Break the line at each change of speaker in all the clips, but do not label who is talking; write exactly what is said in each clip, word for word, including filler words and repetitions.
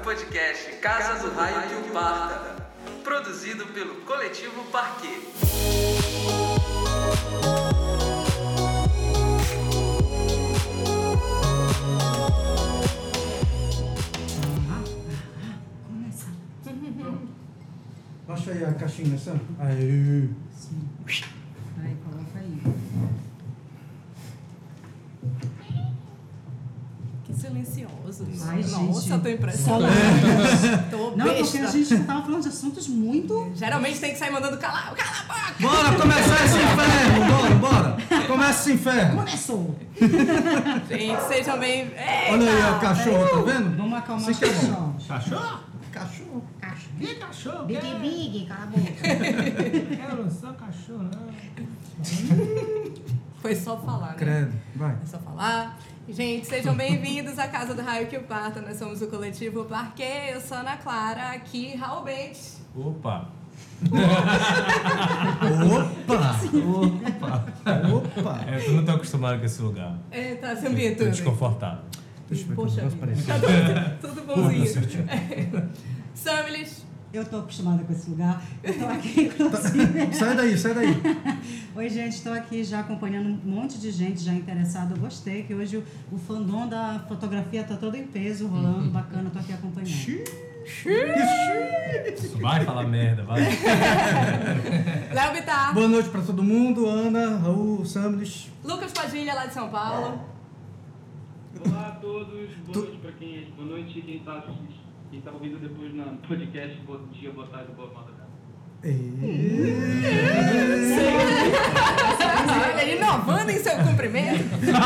podcast Casa do Raio que o Parta, produzido pelo Coletivo Parquet.
Baixa aí a caixinha, sabe? Aí.
Sim. Aí, coloca aí.
Que silencioso.
Ai,
Nossa,
gente.
eu tô impressionada. Tô
Não,
besta.
porque a gente estava falando de assuntos muito...
Geralmente tem que sair mandando calar, cala a boca.
Bora começar esse inferno! Bora, bora! Começa esse inferno!
Começou!
Gente, sejam bem... Eita.
Olha aí a cachorra, tá vendo?
Vamos acalmar os
Isso que é bom.
cachorros.
Cachorro?
Cachorro.
Cachorro.
Que cachorro?
Big
Que-
Big, cala a boca.
Eu não sou cachorro, não.
Foi só falar, né?
Credo, vai.
É só falar. Gente, sejam bem-vindos à Casa do Raio que o Parta. Nós somos o Coletivo Parquet. Eu sou a Ana Clara, aqui Raul Bentes.
Opa!
Opa!
Opa!
Opa!
É, eu não tô acostumado com esse lugar.
Eita, se ambientando.
Tô desconfortável.
Deixa eu ver
Poxa
como
vida.
parece.
Tá tudo, tudo bonzinho.
certinho.
Samilis.
Eu tô acostumada com esse lugar. Eu tô aqui, inclusive.
Sai daí, sai daí.
Oi, gente, estou aqui já acompanhando um monte de gente já interessada. Eu gostei que hoje o, o fandom da fotografia tá todo em peso, rolando, bacana. Tô aqui acompanhando.
Vai falar merda, vai.
Léo Bittar.
Boa noite pra todo mundo. Ana, Raul, Samilis.
Lucas Padilha, lá de São Paulo.
Olá a todos, boa noite para quem boa noite quem está quem tá ouvindo depois no podcast, bom dia, boa tarde, boa madrugada.
Olha, ele inovando em seu cumprimento.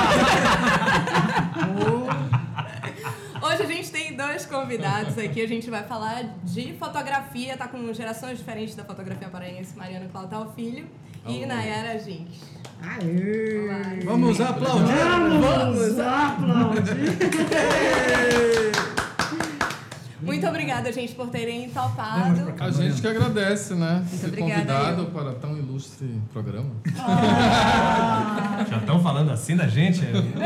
Hoje a gente tem dois convidados aqui. A gente vai falar de fotografia, tá com gerações diferentes da fotografia paraense. Mariana Clautal Filho e Nayara Jinx.
Aê!
Olá.
Vamos aplaudir.
Vamos aplaudir!
Muito obrigada, gente, por terem
Vamos
topado.
pra cá.
A gente que agradece, né? Ser
obrigada,
convidado
eu.
para tão ilustre programa.
Já estão falando assim da gente?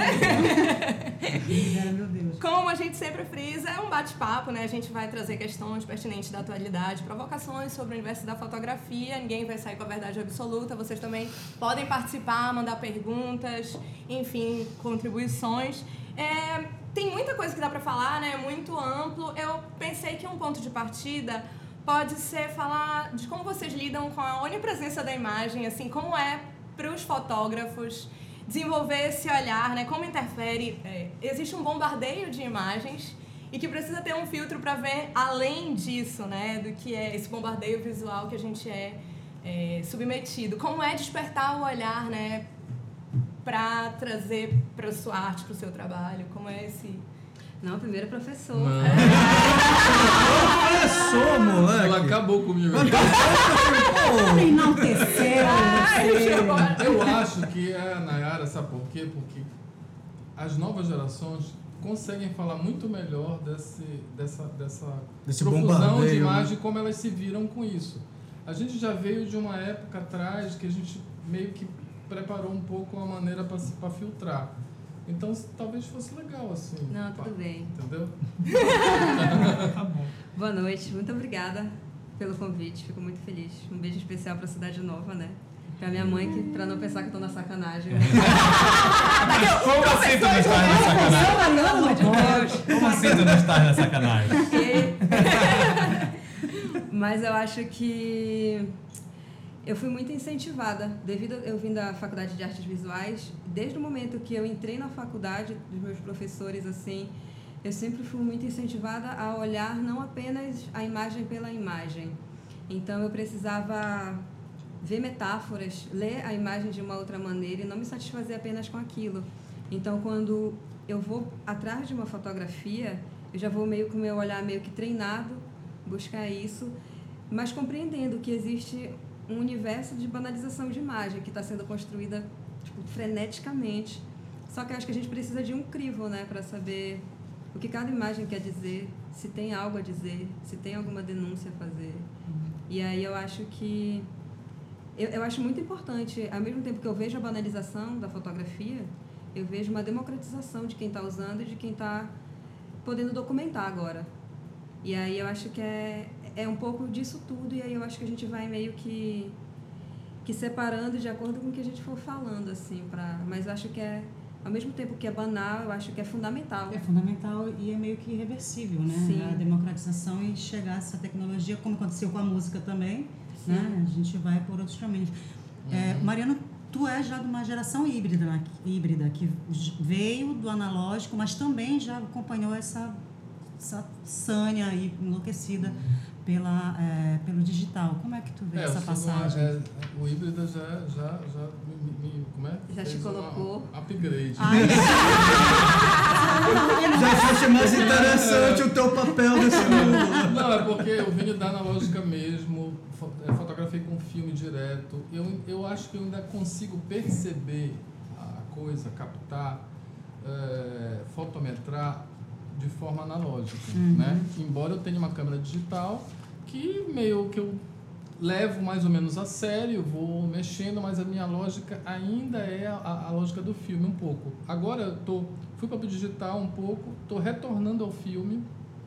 Meu Deus.
Como a gente sempre frisa, é um bate-papo, né? A gente vai trazer questões pertinentes da atualidade, provocações sobre o universo da fotografia. Ninguém vai sair com a verdade absoluta. Vocês também podem participar, mandar perguntas, enfim, contribuições. É, tem muita coisa que dá pra falar, né? Muito amplo. Eu pensei que um ponto de partida pode ser falar de como vocês lidam com a onipresença da imagem, assim, como é para os fotógrafos desenvolver esse olhar, né? Como interfere. É, existe um bombardeio de imagens e que precisa ter um filtro para ver além disso, né? Do que é esse bombardeio visual que a gente é, é submetido. Como é despertar o olhar, né? Para trazer para a sua arte, para o seu trabalho. Como é esse...
Não, primeiro professor.
Professor, moleque.
Ela acabou comigo.
Enalteceu!
Eu acho que é, Nayara, sabe por quê? Porque as novas gerações conseguem falar muito melhor desse, dessa, dessa
Desse
profusão
bombardeio,
de
né?
imagem, como elas se viram com isso. A gente já veio de uma época atrás que a gente meio que preparou um pouco a maneira para filtrar. Então, talvez fosse legal, assim.
Não,
pá,
tudo bem.
Entendeu?
Boa noite, muito obrigada pelo convite, fico muito feliz. Um beijo especial para a Cidade Nova, né? Pra minha mãe, que, pra não pensar que eu tô na sacanagem.
Como assim tu não estás na sacanagem?
Pelo amor de Deus.
Como assim tu não estás na sacanagem?
Porque... Mas eu acho que eu fui muito incentivada, devido a eu vim da Faculdade de Artes Visuais. Desde o momento que eu entrei na faculdade, dos meus professores, assim, eu sempre fui muito incentivada a olhar não apenas a imagem pela imagem. Então eu precisava ver metáforas, ler a imagem de uma outra maneira e não me satisfazer apenas com aquilo. Então, quando eu vou atrás de uma fotografia, eu já vou meio com o meu olhar meio que treinado, buscar isso, mas compreendendo que existe um universo de banalização de imagem que está sendo construída tipo, freneticamente. Só que eu acho que a gente precisa de um crivo, né, para saber o que cada imagem quer dizer, se tem algo a dizer, se tem alguma denúncia a fazer. Uhum. E aí eu acho que Eu, eu acho muito importante, ao mesmo tempo que eu vejo a banalização da fotografia, eu vejo uma democratização de quem está usando e de quem está podendo documentar agora. E aí eu acho que é, é um pouco disso tudo, e aí eu acho que a gente vai meio que, que separando de acordo com o que a gente for falando, assim, pra, mas eu acho que é, ao mesmo tempo que é banal, eu acho que é fundamental.
É fundamental e é meio que irreversível, né?
Sim.
A democratização e chegar a essa tecnologia, como aconteceu com a música também, né? A gente vai por outros caminhos.
Uhum.
É, Mariano, tu és já de uma geração híbrida, né? híbrida, que veio do analógico, mas também já acompanhou essa, essa sânia aí enlouquecida pela, é, pelo digital. Como é que tu vê
É,
essa
eu sou
passagem?
uma- é, o híbrida já, já, já me, me- como é?
Já te
Fez
colocou.
uma upgrade.
Ai,
Já achaste mais interessante o teu papel nesse mundo.
Não, é porque eu venho da analógica mesmo, fo- é, fotografei com filme direto. Eu, eu acho que eu ainda consigo perceber a coisa, captar, é, fotometrar de forma analógica,
Uhum.
né? Embora eu tenha uma câmera digital que meio que eu levo mais ou menos a sério, vou mexendo, mas a minha lógica ainda é a, a lógica do filme um pouco. Agora eu tô, fui para o digital um pouco, estou retornando ao filme,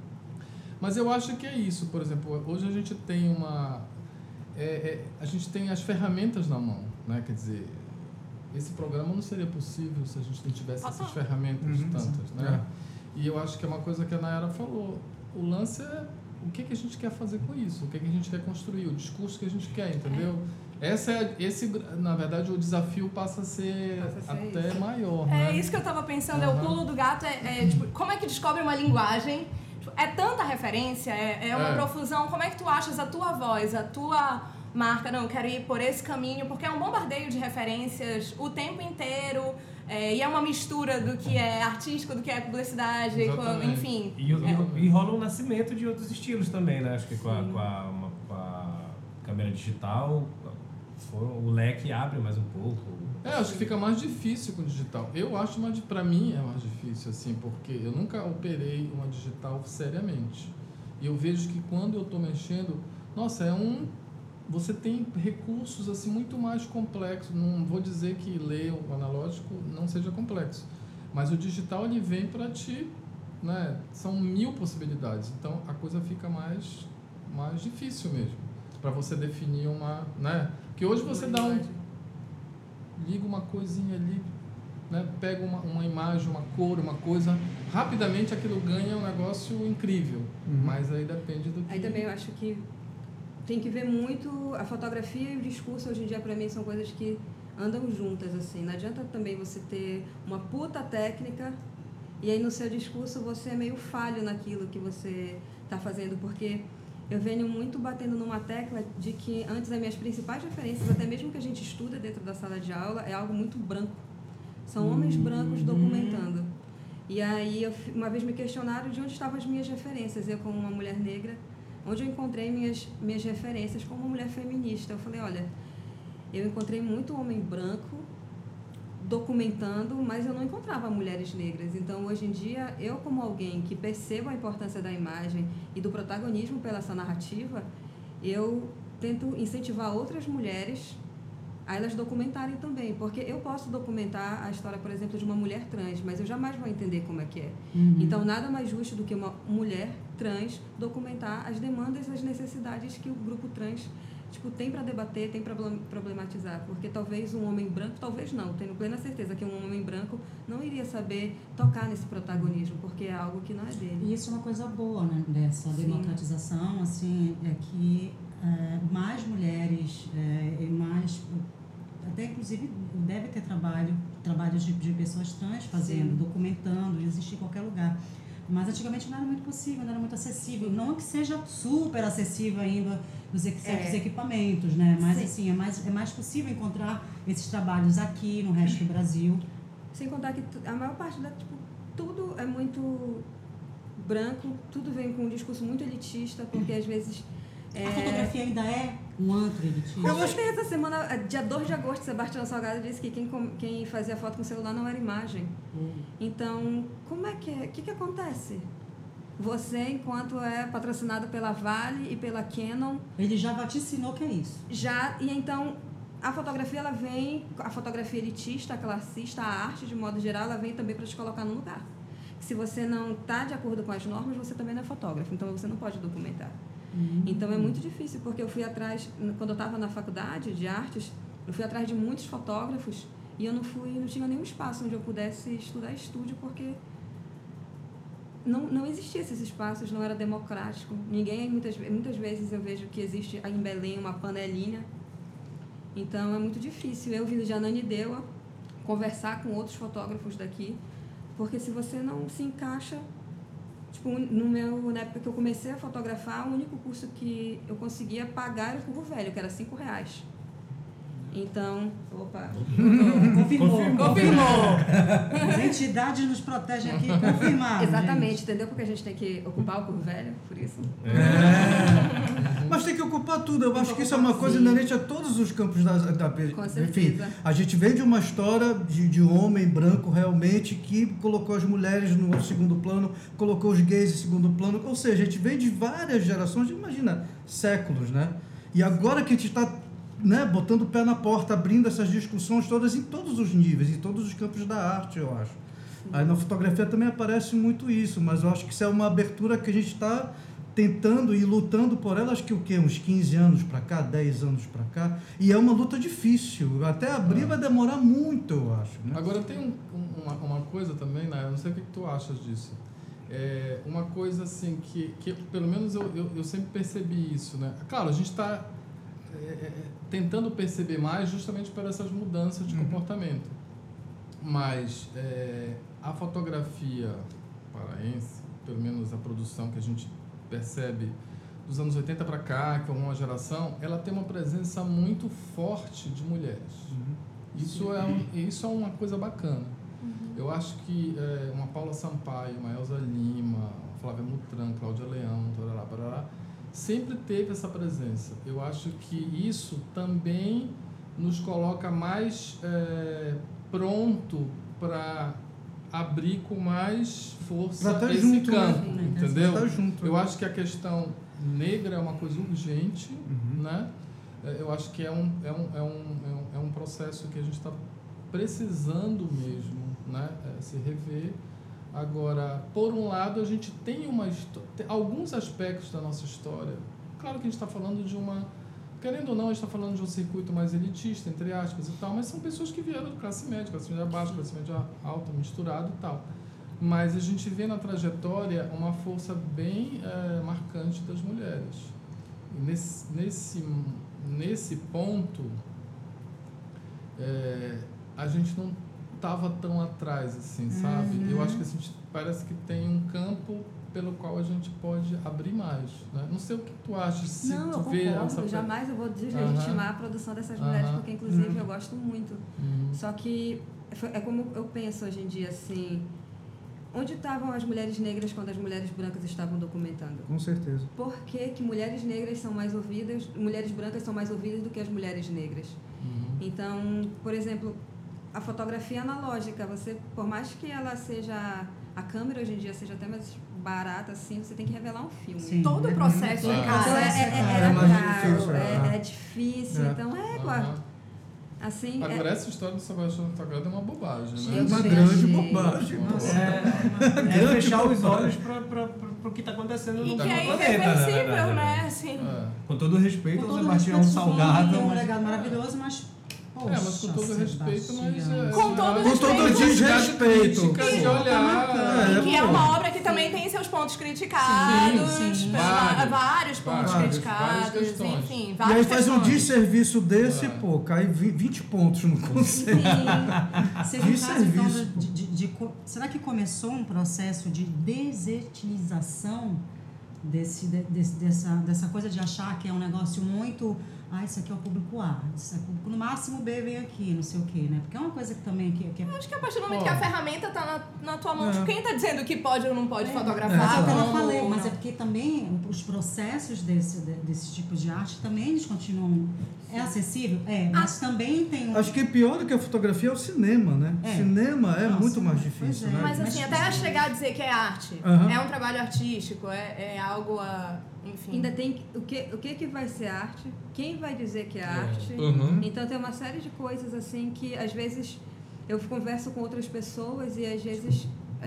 mas eu acho que é isso. Por exemplo, hoje a gente tem uma, é, é, a gente tem as ferramentas na mão, né? Quer dizer, esse programa não seria possível se a gente não tivesse essas ferramentas
Uhum.
tantas, né? E eu acho que é uma coisa que a Nayara falou. O lance é o que, que a gente quer fazer com isso, o que, que a gente quer construir, o discurso que a gente quer, entendeu? Essa é, esse, na verdade, o desafio passa a ser,
Passa a ser
até
isso.
maior,
É
né?
isso que eu tava pensando, é o
Aham.
pulo do gato, é, é, tipo, como é que descobre uma linguagem? Tipo, é tanta referência, é, é uma
É.
profusão, como é que tu achas a tua voz, a tua marca? Não, eu quero ir por esse caminho, porque é um bombardeio de referências o tempo inteiro, é, e é uma mistura do que é artístico, do que é publicidade, com-
Exatamente.
enfim.
E, o-
é.
e rola um nascimento de outros estilos também, né? Acho que com a, com a, uma- com a câmera digital, foram- o leque abre mais um pouco.
É, acho que fica mais difícil com o digital. Eu acho, mais, pra mim, é mais difícil, assim, porque eu nunca operei uma digital seriamente. E eu vejo que quando eu tô mexendo, nossa, é um... Você tem recursos, assim, muito mais complexos. Não vou dizer que ler o analógico não seja complexo. Mas o digital, ele vem para te... Né, são mil possibilidades. Então, a coisa fica mais, mais difícil mesmo. Para você definir uma... Né? Porque hoje você dá um... Liga uma coisinha ali, né? Pega uma, uma imagem, uma cor, uma coisa, rapidamente aquilo ganha um negócio incrível.
Uhum.
Mas aí depende do que...
Aí também eu acho que tem que ver muito, a fotografia e o discurso hoje em dia para mim são coisas que andam juntas, assim. Não adianta também você ter uma puta técnica e aí no seu discurso você é meio falho naquilo que você está fazendo, porque eu venho muito batendo numa tecla de que antes as minhas principais referências, até mesmo que a gente estuda dentro da sala de aula, é algo muito branco. São homens brancos documentando. E aí, eu, uma vez me questionaram de onde estavam as minhas referências. Eu, como uma mulher negra, onde eu encontrei minhas, minhas referências como uma mulher feminista. Eu falei, olha, eu encontrei muito homem branco documentando, mas eu não encontrava mulheres negras. Então, hoje em dia, eu como alguém que percebo a importância da imagem e do protagonismo pela essa narrativa, eu tento incentivar outras mulheres a elas documentarem também, porque eu posso documentar a história, por exemplo, de uma mulher trans, mas eu jamais vou entender como é que é.
Uhum.
Então, nada mais justo do que uma mulher trans documentar as demandas e as necessidades que o grupo trans tipo, tem para debater, tem para problematizar, porque talvez um homem branco, talvez não, tenho plena certeza que um homem branco não iria saber tocar nesse protagonismo, porque é algo que não é dele.
E isso é uma coisa boa, né, dessa
Sim.
democratização, assim, é que é, mais mulheres é, e mais, até inclusive deve ter trabalho, trabalhos de, de pessoas trans fazendo,
Sim.
documentando, existe em qualquer lugar. Mas antigamente não era muito possível, não era muito acessível. Não que seja super acessível ainda os certos
É.
equipamentos, né? Mas
Sim.
assim, é mais, é mais possível encontrar esses trabalhos aqui no resto do Brasil.
Sem contar que tu- a maior parte da, tipo, tudo é muito branco, tudo vem com um discurso muito elitista, porque às vezes...
A
é,
fotografia ainda é um antro elitista.
Com certeza, semana, dia dois de agosto, Sebastião Salgado disse que quem, com- quem fazia foto com celular não era imagem.
Hum.
Então, como é que é? O que, que acontece? Você, enquanto é patrocinado pela Vale e pela Canon,
Ele já vaticinou que é isso.
já... E então, a fotografia, ela vem... A fotografia elitista, a classista, a arte, de modo geral, ela vem também para te colocar num lugar. se você não está de acordo com as normas, você também não é fotógrafo, então você não pode documentar. Uhum. Então é muito difícil, porque eu fui atrás, quando eu estava na faculdade de artes, eu fui atrás de muitos fotógrafos e eu não fui, não tinha nenhum espaço onde eu pudesse estudar estúdio, porque não, não existia esses espaços, não era democrático. Ninguém, muitas, muitas vezes eu vejo que existe em Belém uma panelinha, então é muito difícil eu vindo de Ananindeua conversar com outros fotógrafos daqui, porque se você não se encaixa, tipo, no meu, na época que eu comecei a fotografar, o único curso que eu conseguia pagar era o Curvo Velho, que era cinco reais. Então, opa,
confirmou.
Confirmou. confirmou.
As entidades nos protegem aqui, confirmar.
Exatamente,
gente.
entendeu? Porque a gente tem que ocupar o Curvo Velho, por isso.
É. Mas tem que ocupar tudo. Eu acho que isso é uma coisa inerente a todos os campos da... da
Com
enfim,
certeza.
a gente vem de uma história de, de homem branco realmente que colocou as mulheres no segundo plano, colocou os gays em segundo plano. Ou seja, a gente vem de várias gerações, imagina, séculos, né? E agora que a gente está... né, botando o pé na porta, abrindo essas discussões todas em todos os níveis, em todos os campos da arte, eu acho. Sim. Aí na fotografia também aparece muito isso, mas eu acho que isso é uma abertura que a gente está tentando e lutando por ela, acho que o quê? Uns quinze anos para cá, dez anos para cá, e é uma luta difícil, até abrir ah. vai demorar muito, eu acho. Né?
Agora tem um, uma, uma coisa também, né? Eu não sei o que, que tu achas disso. É uma coisa assim que, que pelo menos eu, eu, eu sempre percebi isso, né? Claro, a gente está é, tentando perceber mais justamente por essas mudanças de uhum. comportamento. Mas é, a fotografia paraense, pelo menos a produção que a gente percebe dos anos oitenta para cá, que é uma geração, ela tem uma presença muito forte de mulheres. Uhum. Isso, é um, isso é uma coisa bacana. Uhum. Eu acho que é, uma Paula Sampaio, uma Elza Lima, uma Flávia Mutran, Cláudia Leão, tarará, tarará, sempre teve essa presença. Eu acho que isso também nos coloca mais é, pronto para abrir com mais força
tá
esse
junto,
campo,
né?
entendeu?
Tá junto,
eu
né?
acho que a questão negra é uma coisa urgente, uhum. né? Eu acho que é um, é um, é um, é um processo que a gente está precisando mesmo, né? É, se rever. Agora, por um lado, a gente tem uma tem alguns aspectos da nossa história. Claro que a gente está falando de uma... Querendo ou não, a gente está falando de um circuito mais elitista, entre aspas, e tal, mas são pessoas que vieram de classe média, classe média baixa, classe média alta, misturado e tal. Mas a gente vê na trajetória uma força bem é, marcante das mulheres. E nesse, nesse, nesse ponto, é, a gente não estava tão atrás, assim, sabe? Uhum. Eu acho que a gente parece que tem um campo pelo qual a gente pode abrir mais, né? Não sei o que tu achas, se
não,
tu
eu
vê
concordo,
essa...
jamais eu vou deslegitimar uhum. a produção dessas mulheres, uhum. porque inclusive uhum. eu gosto muito. Uhum. Só que é como eu penso hoje em dia, assim, onde estavam as mulheres negras quando as mulheres brancas estavam documentando?
Com certeza.
Por que que mulheres negras são mais ouvidas, mulheres brancas são mais ouvidas do que as mulheres negras? Uhum. Então, por exemplo, a fotografia analógica, você, por mais que ela seja, a câmera hoje em dia seja até mais barata, assim, você tem que revelar um filme.
Sim. Todo o processo
é
caro.
Então, é, é, é,
é mais
caro,
difícil,
é,
é.
é difícil, é. então é, uhum. assim...
Agora,
é...
essa história do Sebastião Sagrado é uma bobagem, né?
É uma grande bobagem.
É, é fechar os olhos para o que está acontecendo
e
no
que é
planeta.
irreversível, né? Assim.
É.
Com todo respeito ao
todo
Sebastião
respeito,
Salgado.
É um
mas...
legado maravilhoso, mas... Poxa,
é, mas com todo respeito, mas... É,
com todo
com
respeito.
todo desrespeito.
De olhar,
e que é uma obra que também tem seus pontos criticados,
sim, sim.
Vários, vários pontos
vários,
criticados,
várias questões.
enfim,
E
várias
aí faz um
questões.
desserviço desse,
É.
pô, cai vinte pontos no conceito.
Seja um caso, então,
Desserviço.
de, de, de, de, será que começou um processo de desetinização desse, de, desse, dessa, dessa coisa de achar que é um negócio muito... Ah, isso aqui é o público A, isso é o público no máximo B, vem aqui, não sei o quê, né? Porque é uma coisa que também... Que, que é...
Eu acho que a partir do momento
Oh.
que a ferramenta está na, na tua mão,
É.
quem está dizendo que pode ou não pode
É,
fotografar?
mas é o que eu não
como,
falei,
ou
mas
não.
é porque também os processos desse, desse tipo de arte também eles continuam... É acessível? É, mas
Ah.
também tem... Um...
Acho que pior do que a fotografia é o cinema, né?
É.
Cinema é
Nossa,
muito mais
pois
difícil,
é.
né?
Mas assim,
Mas-
até chegar a dizer que é arte,
Aham.
é um trabalho artístico, é, é algo a... Enfim.
Ainda tem o que, o que que vai ser arte, quem vai dizer que é arte.
Uhum.
Então tem uma série de coisas assim que às vezes eu converso com outras pessoas e às vezes a gente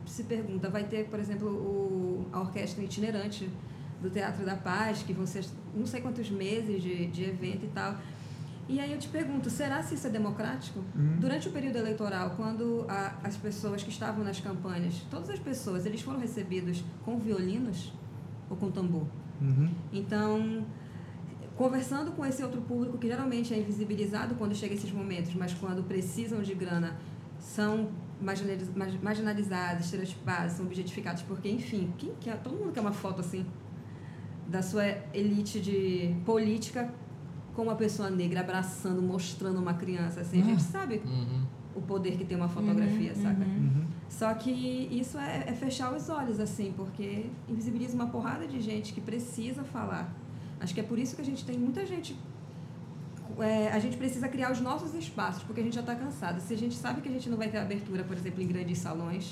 se pergunta, vai ter, por exemplo, o, a orquestra itinerante do Teatro da Paz, que vão ser não sei quantos meses de, de evento e tal. E aí eu te pergunto, será se isso é democrático? Uhum. Durante o período eleitoral, quando a, as pessoas que estavam nas campanhas, todas as pessoas, eles foram recebidos com violinos ou com tambor? Uhum. Então, conversando com esse outro público que geralmente é invisibilizado quando chega esses momentos, mas quando precisam de grana, são marginalizados, estereotipados, são objetificados, porque, enfim, quem quer, todo mundo quer uma foto assim da sua elite de política com uma pessoa negra abraçando, mostrando uma criança, assim, a gente sabe uhum. o poder que tem uma fotografia, uhum, saca? Uhum. Só que isso é, é fechar os olhos, assim, porque invisibiliza uma porrada de gente que precisa falar. Acho que é por isso que a gente tem muita gente... É, a gente precisa criar os nossos espaços, porque a gente já está cansado. Se a gente sabe que a gente não vai ter abertura, por exemplo, em grandes salões,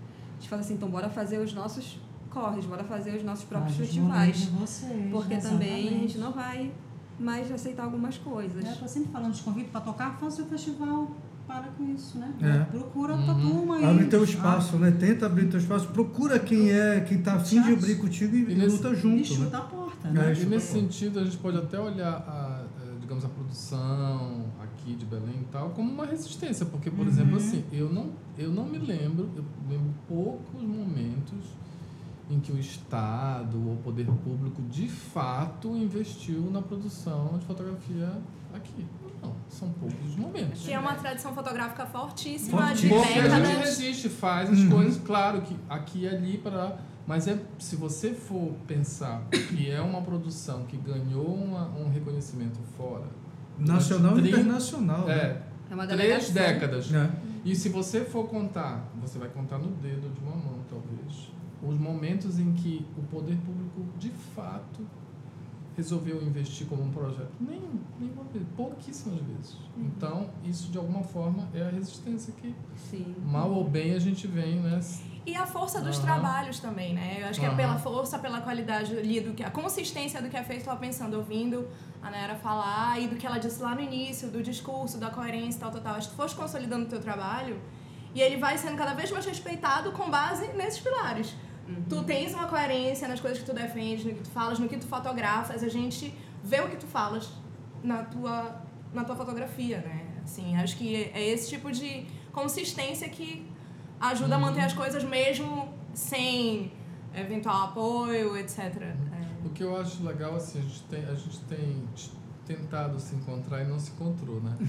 a gente fala assim, então bora fazer os nossos corres, bora fazer os nossos próprios
Faz
festivais.
Vocês,
porque
exatamente.
Também a gente não vai mais aceitar algumas coisas.
Eu estou sempre falando de convite para tocar, faz o seu festival, para com isso, né?
É.
Procura uhum. a tua turma aí.
Abre teu espaço, ah. né? Tenta abrir teu espaço, procura quem é, quem tá afim de abrir contigo e, e nesse, luta junto.
E chuta
né?
a porta, né?
É, e nesse sentido, a gente pode até olhar a, digamos, a produção aqui de Belém e tal, como uma resistência, porque, por uhum. exemplo, assim, eu não, eu não me lembro, eu lembro poucos momentos em que o Estado ou o poder público de fato investiu na produção de fotografia aqui. Não, são poucos momentos.
Que é uma tradição fotográfica fortíssima,
fortíssima.
de décadas.
A gente resiste, faz as
uhum.
coisas, claro que aqui e ali para... Mas é, se você for pensar que é uma produção que ganhou uma, um reconhecimento fora...
Nacional e
trinta,
internacional.
É,
né?
é uma
três décadas.
É.
E se você for contar, você vai contar no dedo de uma mão, talvez, os momentos em que o poder público, de fato, resolveu investir como um projeto. Nem, nenhuma vez, pouquíssimas vezes. Uhum. Então, isso, de alguma forma, é a resistência que, Sim. mal ou bem, a gente vem, né?
E a força dos
uhum. trabalhos
também, né? Eu acho
uhum.
que é pela força, pela qualidade ali, do que, a consistência do que é feito. Eu estava pensando, ouvindo a Nayara falar e do que ela disse lá no início, do discurso, da coerência, tal, tal, tal. Acho que tu foste consolidando o teu trabalho e ele vai sendo cada vez mais respeitado com base nesses pilares. Uhum. Tu tens uma coerência nas coisas que tu defendes, no que tu falas, no que tu fotografas. A gente vê o que tu falas na tua, na tua fotografia, né? Assim, acho que é esse tipo de consistência que ajuda uhum. a manter as coisas mesmo sem eventual apoio, etcétera.
É. O que eu acho legal, assim, a gente tem, a gente tem tentado se encontrar e não se encontrou, né?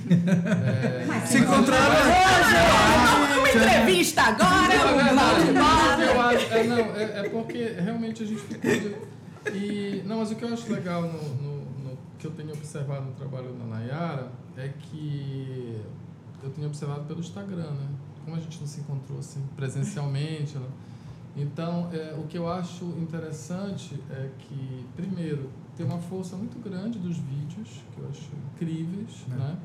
É,
mas
se encontraram
hoje! Uma entrevista agora!
É, não, é, é porque realmente a gente ficou de, e não, mas o que eu acho legal no, no, no que eu tenho observado no trabalho da Nayara é que eu tenho observado pelo Instagram, né? Como a gente não se encontrou assim presencialmente, né? Então, é, o que eu acho interessante é que, primeiro, tem uma força muito grande dos vídeos, que eu acho incríveis, é. né?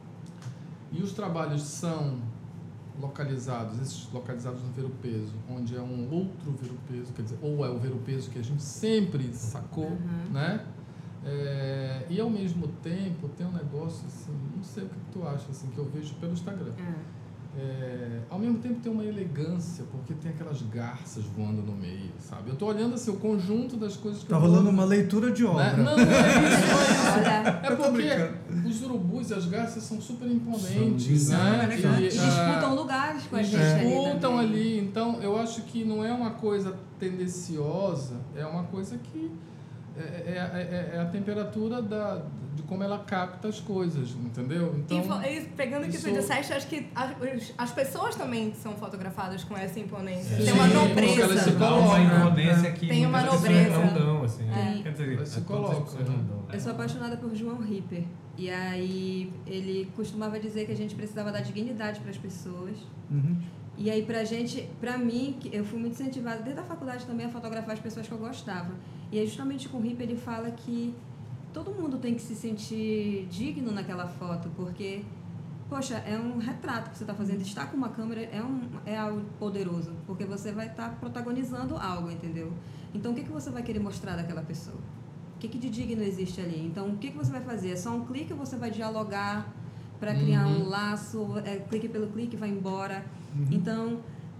E os trabalhos são localizados, esses localizados no Ver-o-Peso, onde é um outro Ver-o-Peso, quer dizer, ou é o Ver-o-Peso que a gente sempre sacou, uhum. né? É, e, ao mesmo tempo, tem um negócio, assim, não sei o que tu acha, assim, que eu vejo pelo Instagram. Uhum. É, ao mesmo tempo tem uma elegância, porque tem aquelas garças voando no meio, sabe? Eu tô olhando assim, o conjunto das coisas que
tá
eu
rolando
vou...
uma leitura de obra.
Né? Não, não é isso, não é isso. É porque os urubus e as garças são super imponentes, né?
E, e disputam lugares com a gente
é.
ali.
Disputam ali, então eu acho que não é uma coisa tendenciosa, é uma coisa que é, é, é, é a temperatura da, de como ela capta as coisas, entendeu? Então,
e, e pegando o que
isso...
tu disseste, acho que as, as pessoas também são fotografadas com essa imponência.
É.
Tem uma
Sim,
nobreza.
elas se
Dá uma imponência que
tem uma
muitas
nobreza.
pessoas não dão, assim.
É.
Quer dizer,
elas se
todas as
colocam,
pessoas
né?
não dão.
Eu sou apaixonada por João Ripper. E aí ele costumava dizer que a gente precisava dar dignidade para as pessoas.
Uhum.
E aí pra gente, pra mim, eu fui muito incentivada desde a faculdade também a fotografar as pessoas que eu gostava. E aí justamente com o Ripper ele fala que todo mundo tem que se sentir digno naquela foto, porque, poxa, é um retrato que você está fazendo. Estar com uma câmera é, um, é algo poderoso, porque você vai estar tá protagonizando algo, entendeu? Então, o que, que você vai querer mostrar daquela pessoa? O que, que de digno existe ali? Então, o que, que você vai fazer? É só um clique ou você vai dialogar para criar uhum. um laço? É, clique pelo clique, vai embora. Uhum. Então,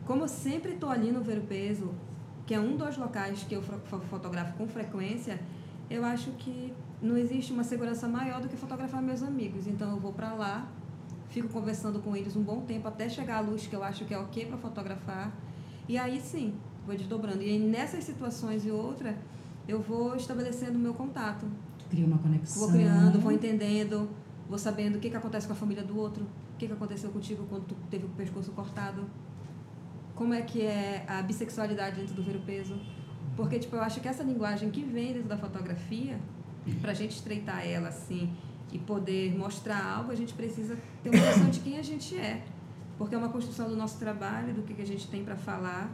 como eu sempre estou ali no Ver o Peso, que é um dos locais que eu fotografo com frequência, eu acho que não existe uma segurança maior do que fotografar meus amigos. Então eu vou para lá, fico conversando com eles um bom tempo até chegar à luz que eu acho que é ok para fotografar. E aí sim, vou desdobrando. E aí, nessas situações e outra, eu vou estabelecendo o meu contato.
Cria uma conexão.
Vou criando, vou entendendo, vou sabendo o que, que acontece com a família do outro, o que, que aconteceu contigo quando tu teve o pescoço cortado, como é que é a bissexualidade dentro do Ver o Peso. Porque, tipo, eu acho que essa linguagem que vem dentro da fotografia, pra gente estreitar ela, assim, e poder mostrar algo, a gente precisa ter uma noção de quem a gente é. Porque é uma construção do nosso trabalho, do que, que a gente tem para falar.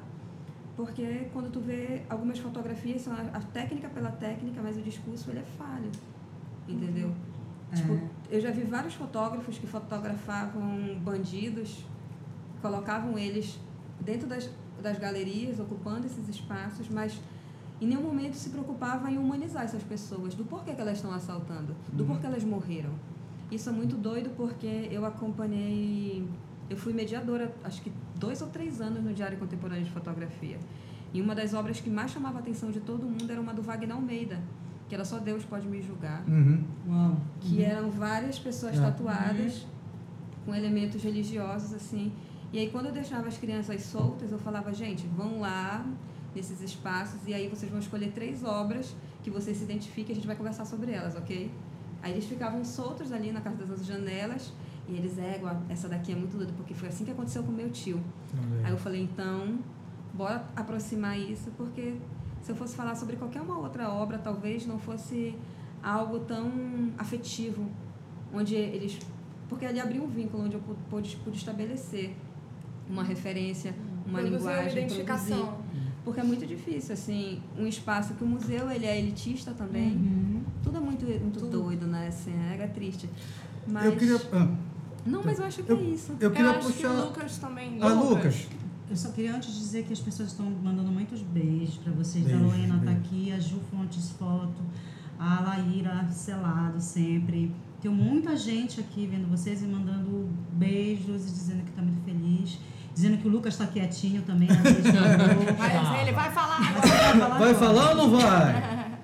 Porque quando tu vê algumas fotografias, são a, a técnica pela técnica, mas o discurso, ele é falho. Entendeu?
É.
Tipo, eu já vi vários fotógrafos que fotografavam bandidos, colocavam eles dentro das, das galerias, ocupando esses espaços, mas em nenhum momento se preocupava em humanizar essas pessoas, do porquê que elas estão assaltando, do porquê elas morreram. Isso é muito doido porque eu acompanhei, eu fui mediadora, acho que dois ou três anos no Diário Contemporâneo de Fotografia. E uma das obras que mais chamava a atenção de todo mundo era uma do Wagner Almeida, que era Só Deus Pode Me Julgar,
Uhum.
Uau.
que
Uhum.
eram várias pessoas
É.
tatuadas com elementos religiosos, assim. E aí, quando eu deixava as crianças soltas, eu falava, gente, vão lá nesses espaços e aí vocês vão escolher três obras que vocês se identifiquem e a gente vai conversar sobre elas, ok? Aí eles ficavam soltos ali na casa das onze janelas e eles, égua, essa daqui é muito doida, porque foi assim que aconteceu com meu tio. Aí eu falei, então, bora aproximar isso, porque se eu fosse falar sobre qualquer uma outra obra, talvez não fosse algo tão afetivo, onde eles... Porque ali abriu um vínculo onde eu pude, pude estabelecer uma referência, uma
Produzir
linguagem,
uma identificação.
produzir. Porque é muito difícil, assim, um espaço que o museu, ele é elitista também.
Uhum.
Tudo é muito, muito
Tudo.
doido, né? Assim, é triste. Mas...
Eu queria. Ah,
Não, mas eu acho que
eu,
é isso.
eu queria
Eu acho
puxar.
que o Lucas também.
Ah, Lucas.
Eu só queria antes dizer que as pessoas estão mandando muitos beijos para vocês.
Beijo,
a Luena está
beijo.
aqui, a Ju Fontes Foto, a Laíra Selado sempre. Tem muita gente aqui vendo vocês e mandando beijos e dizendo que está muito feliz. Dizendo que o Lucas está quietinho também. Na vez que falou.
Mas ele vai falar
Mas
agora.
você vai falar
Vai
agora.
falar ou não vai?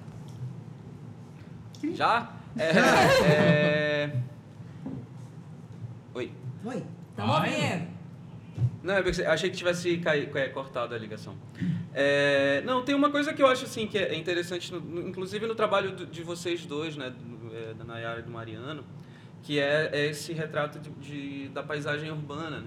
Já? É, é... Oi.
Oi.
Tamo ouvindo.
Não, é porque achei que tivesse caído, é, cortado a ligação. É, não, tem uma coisa que eu acho assim, que é interessante, no, no, inclusive no trabalho do, de vocês dois, né, do, é, da Nayara e do Mariano, que é, é esse retrato de, de, da paisagem urbana. Né?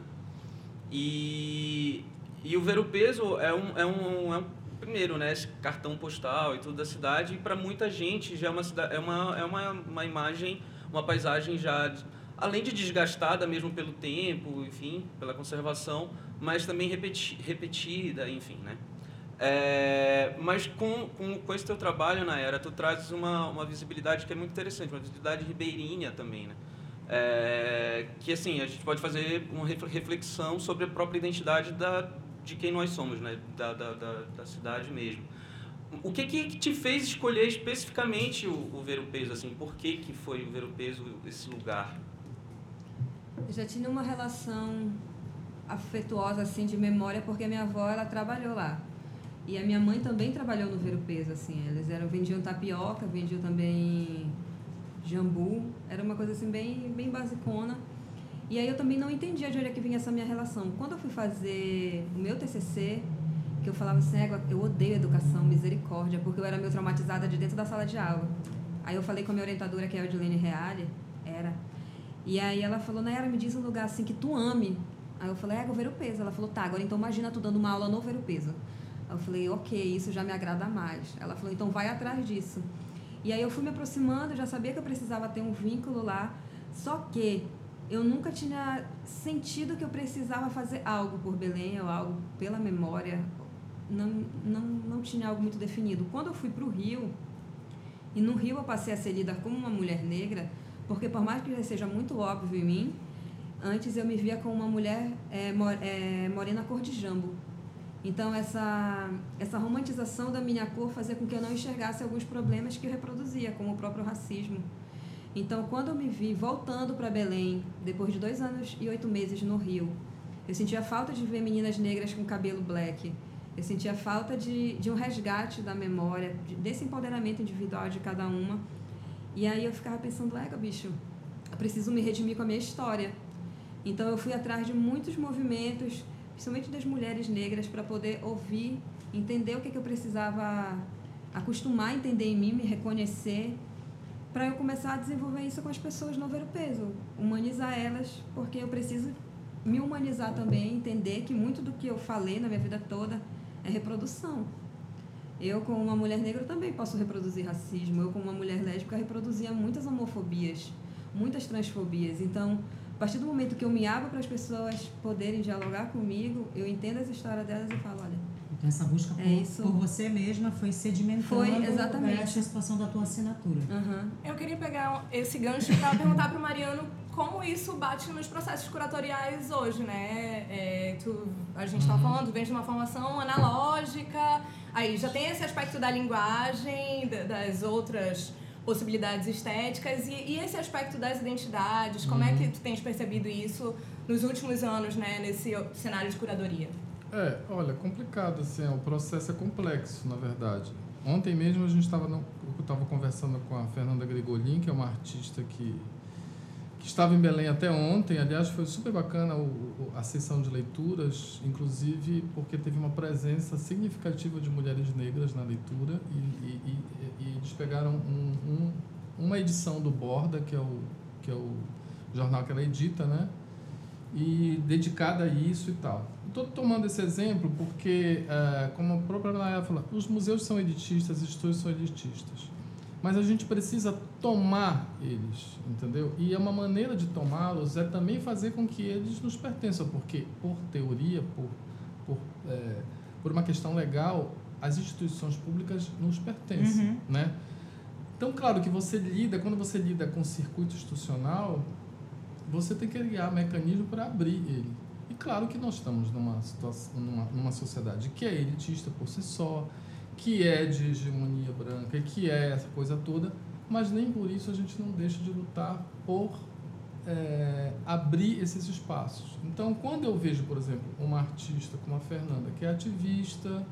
E, e o Ver o Peso é um, é, um, é um, primeiro, né, esse cartão postal e tudo da cidade, e para muita gente já é uma, cidade, é uma, é uma, uma imagem, uma paisagem já... além de desgastada mesmo pelo tempo, enfim, pela conservação, mas também repeti, repetida, enfim, né? É, mas com, com, com esse teu trabalho, Nayara, tu trazes uma, uma visibilidade que é muito interessante, uma visibilidade ribeirinha também, né? É, que, assim, a gente pode fazer uma reflexão sobre a própria identidade da, de quem nós somos, né? Da, da, da, da cidade mesmo. O que que te fez escolher especificamente o, o Ver o Peso, assim? Por que que foi o Ver o Peso esse lugar?
Eu já tinha uma relação afetuosa, assim, de memória, porque a minha avó, ela trabalhou lá. E a minha mãe também trabalhou no Ver o Peso, assim. Eles eram, vendiam tapioca, vendiam também jambu. Era uma coisa, assim, bem, bem basicona. E aí eu também não entendia de onde é que vinha essa minha relação. Quando eu fui fazer o meu T C C, que eu falava assim, eu odeio educação, misericórdia, porque eu era meio traumatizada de dentro da sala de aula. Aí eu falei com a minha orientadora, que é a Odilene Reale, era... E aí ela falou, Nayara, me diz um lugar assim que tu ame. Aí eu falei, é, o Ver o Peso. Ela falou, tá, agora então imagina tu dando uma aula no Ver o Peso. Aí eu falei, ok, isso já me agrada mais. Ela falou, então vai atrás disso. E aí eu fui me aproximando, já sabia que eu precisava ter um vínculo lá, só que eu nunca tinha sentido que eu precisava fazer algo por Belém ou algo pela memória. Não, não, não tinha algo muito definido. Quando eu fui para o Rio, e no Rio eu passei a ser lida como uma mulher negra, porque por mais que seja muito óbvio em mim, antes eu me via como uma mulher é, mor, é, morena cor de jambo. Então essa, essa romantização da minha cor fazia com que eu não enxergasse alguns problemas que eu reproduzia, como o próprio racismo. Então quando eu me vi voltando para Belém, depois de dois anos e oito meses no Rio, Eu sentia falta de ver meninas negras com cabelo black. Eu sentia falta de, de um resgate da memória, de, desse empoderamento individual de cada uma. E aí eu ficava pensando, ega, bicho, eu preciso me redimir com a minha história. Então eu fui atrás de muitos movimentos, principalmente das mulheres negras, para poder ouvir, entender o que, que eu precisava acostumar a entender em mim, me reconhecer, para eu começar a desenvolver isso com as pessoas no Ver o Peso, humanizar elas, porque eu preciso me humanizar também, entender que muito do que eu falei na minha vida toda é reprodução. Eu, como uma mulher negra, também posso reproduzir racismo. Eu, como uma mulher lésbica, reproduzia muitas homofobias, muitas transfobias. Então, a partir do momento que eu me abro para as pessoas poderem dialogar comigo, eu entendo essa história delas e falo, olha...
Então, essa busca por,
é isso.
por você mesma foi sedimentando
foi, exatamente.
essa situação da tua assinatura.
Uhum.
Eu queria pegar esse gancho para perguntar para o Mariano como isso bate nos processos curatoriais hoje, né? É, tu, a gente está falando, tu vem de uma formação analógica, aí já tem esse aspecto da linguagem, das outras possibilidades estéticas e, e esse aspecto das identidades, como uhum. é que tu tens percebido isso nos últimos anos, né, nesse cenário de curadoria?
É, olha, complicado, assim, o processo é complexo, na verdade. Ontem mesmo a gente estava conversando com a Fernanda Gregolin, que é uma artista que, que estava em Belém até ontem. Aliás, foi super bacana o, o, a sessão de leituras, inclusive porque teve uma presença significativa de mulheres negras na leitura e, e, e, e eles pegaram um, um, uma edição do Borda, que é, o, que é o jornal que ela edita, né? E dedicada a isso e tal. Estou tomando esse exemplo porque, é, como a própria Nayara falou, os museus são elitistas, os estúdios são elitistas. Mas a gente precisa tomar eles, entendeu? E uma maneira de tomá-los é também fazer com que eles nos pertençam, porque, por teoria, por, por, é, por uma questão legal, as instituições públicas nos pertencem, uhum. né? Então, claro que você lida, quando você lida com o circuito institucional, você tem que criar mecanismo para abrir ele. E claro que nós estamos numa situação, numa, numa sociedade que é elitista por si só, que é de hegemonia branca, que é essa coisa toda, mas nem por isso a gente não deixa de lutar por é, abrir esses espaços. Então, quando eu vejo, por exemplo, uma artista como a Fernanda, que é ativista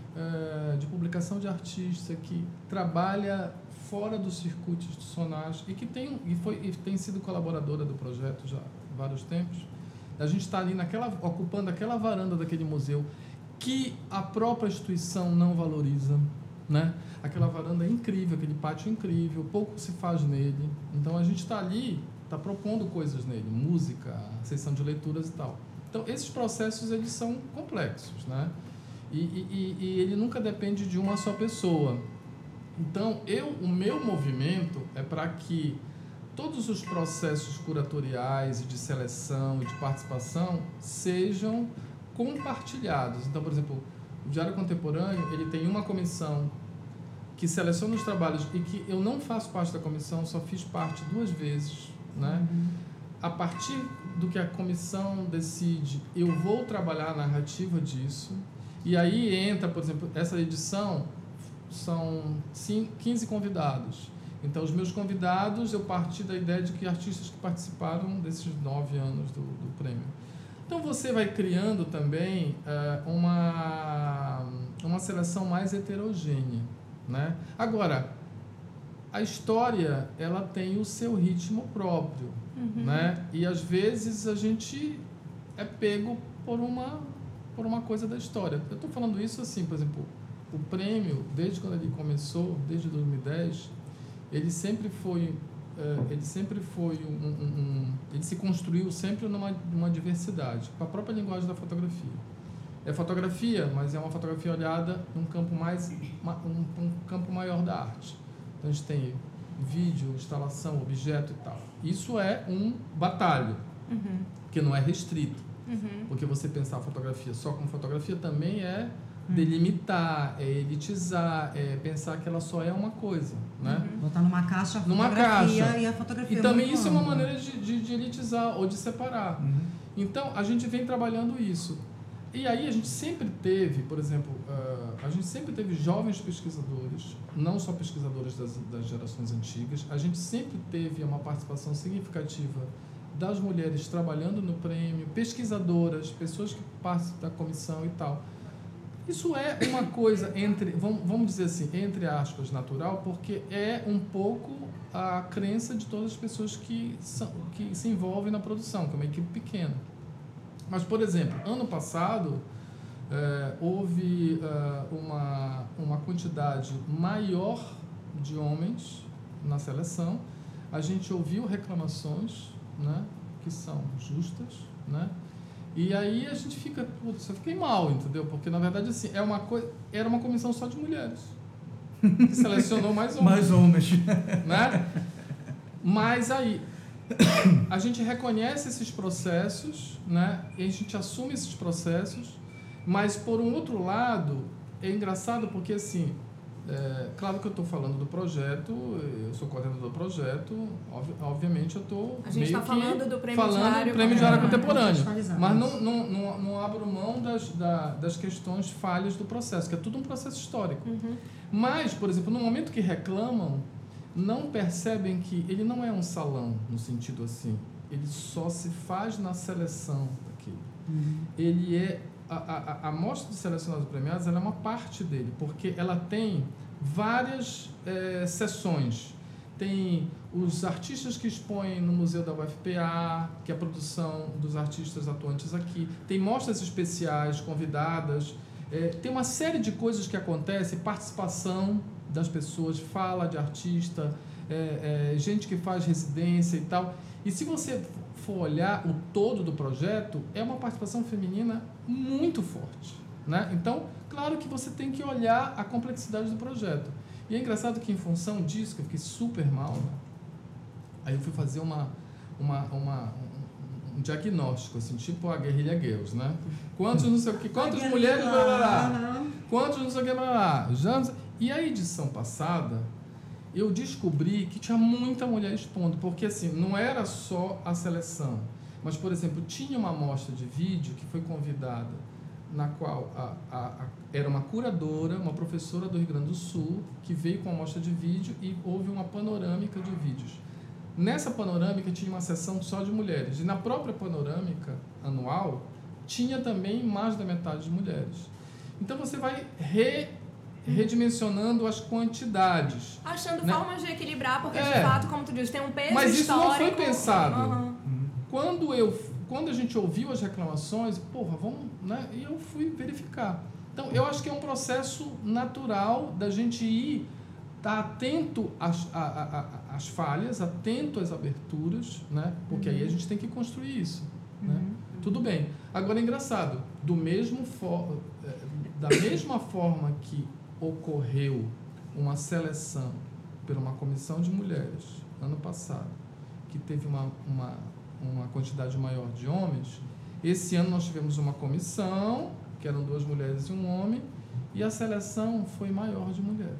é, de publicação de artista, que trabalha fora dos circuitos institucionais e que tem, e foi, e tem sido colaboradora do projeto já há vários tempos, a gente está ali naquela, ocupando aquela varanda daquele museu que a própria instituição não valoriza, né? Aquela varanda é incrível, aquele pátio é incrível, pouco se faz nele. Então a gente está ali, está propondo coisas nele, música, sessão de leituras e tal. Então esses processos eles são complexos, né? E, e, e ele nunca depende de uma só pessoa. Então eu, o meu movimento é para que todos os processos curatoriais e de seleção e de participação sejam compartilhados. Então, por exemplo, o Diário Contemporâneo, ele tem uma comissão que seleciona os trabalhos e que eu não faço parte da comissão, só fiz parte duas vezes, né? Uhum. A partir do que a comissão decide, eu vou trabalhar a narrativa disso e aí entra, por exemplo, essa edição são quinze convidados. Então, os meus convidados, eu parti da ideia de que artistas que participaram desses nove anos do, do prêmio. Então, você vai criando também uh, uma, uma seleção mais heterogênea, né? Agora, a história, ela tem o seu ritmo próprio, uhum. né? E, às vezes, a gente é pego por uma, por uma coisa da história. Eu estou falando isso assim, por exemplo, o prêmio, desde quando ele começou, desde dois mil e dez... ele sempre foi, uh, ele sempre foi um, um, um, ele se construiu sempre numa, numa diversidade, com a própria linguagem da fotografia. É fotografia, mas é uma fotografia olhada num campo mais, um, um campo maior da arte. Então a gente tem vídeo, instalação, objeto e tal. Isso é um batalho, uhum. que não é restrito, uhum. porque você pensar a fotografia só como fotografia também é delimitar, é elitizar, é pensar que ela só é uma coisa, né?
Uhum. Botar numa caixa a
numa
fotografia
caixa.
E a fotografia
e também
muito
isso ampla. É uma maneira de, de, de elitizar ou de separar. Uhum. Então, a gente vem trabalhando isso. E aí a gente sempre teve, por exemplo, uh, a gente sempre teve jovens pesquisadores, não só pesquisadores das, das gerações antigas, a gente sempre teve uma participação significativa das mulheres trabalhando no prêmio, pesquisadoras, pessoas que participam da comissão e tal. Isso é uma coisa entre, vamos dizer assim, entre aspas, natural, porque é um pouco a crença de todas as pessoas que, são, que se envolvem na produção, que é uma equipe pequena. Mas, por exemplo, ano passado, é, houve é, uma, uma quantidade maior de homens na seleção. A gente ouviu reclamações, né, que são justas, né? E aí a gente fica, putz, eu fiquei mal, entendeu? Porque, na verdade, assim, é uma coisa, era uma comissão só de mulheres. Que selecionou mais homens.
Mais homens.
Né? Mas aí, a gente reconhece esses processos, né? E a gente assume esses processos, mas, por um outro lado, é engraçado porque, assim, é, claro que eu estou falando do projeto, eu sou coordenador do projeto, ob, obviamente eu estou
A gente está falando do Prêmio
falando
Diário
do Prêmio Diário Contemporâneo,
Contemporâneo.
mas não, não, não, não abro mão das, da, das questões falhas do processo, que é tudo um processo histórico.
Uhum.
Mas, por exemplo, no momento que reclamam, não percebem que ele não é um salão, no sentido assim, ele só se faz na seleção daquilo.
Uhum.
Ele é A, a, a amostra de selecionados e premiados ela é uma parte dele, porque ela tem várias é, sessões. Tem os artistas que expõem no Museu da U F P A, que é a produção dos artistas atuantes aqui. Tem mostras especiais, convidadas. É, tem uma série de coisas que acontecem, participação das pessoas, fala de artista, é, é, gente que faz residência e tal. E se você for olhar o todo do projeto, é uma participação feminina muito forte, né? Então, claro que você tem que olhar a complexidade do projeto. E é engraçado que, em função disso, que eu fiquei super mal, né? Aí eu fui fazer uma, uma, uma, um, um diagnóstico, assim, tipo a Guerrilha Girls, né? Quantos não sei o que, quantas mulheres, blá, blá, blá, quantos não sei o que, blá, blá, blá. E a edição passada, eu descobri que tinha muita mulher expondo, porque assim, não era só a seleção, mas, por exemplo, tinha uma amostra de vídeo que foi convidada, na qual a, a, a, era uma curadora, uma professora do Rio Grande do Sul, que veio com a amostra de vídeo e houve uma panorâmica de vídeos. Nessa panorâmica tinha uma sessão só de mulheres, e na própria panorâmica anual tinha também mais da metade de mulheres. Então você vai re redimensionando as quantidades.
Achando
né?
formas de equilibrar, porque
é.
de fato, como tu diz, tem um peso
Mas
histórico.
Mas isso não foi pensado.
Uhum.
Quando, eu, quando a gente ouviu as reclamações, porra, vamos, né? E eu fui verificar. Então, eu acho que é um processo natural da gente ir, estar tá atento às, a, a, a, às falhas, atento às aberturas, né? Porque uhum. aí a gente tem que construir isso. Uhum. Né? Tudo bem. Agora, é engraçado, do mesmo for, da mesma forma que ocorreu uma seleção por uma comissão de mulheres ano passado, que teve uma, uma, uma quantidade maior de homens, esse ano nós tivemos uma comissão, que eram duas mulheres e um homem, e a seleção foi maior de mulheres.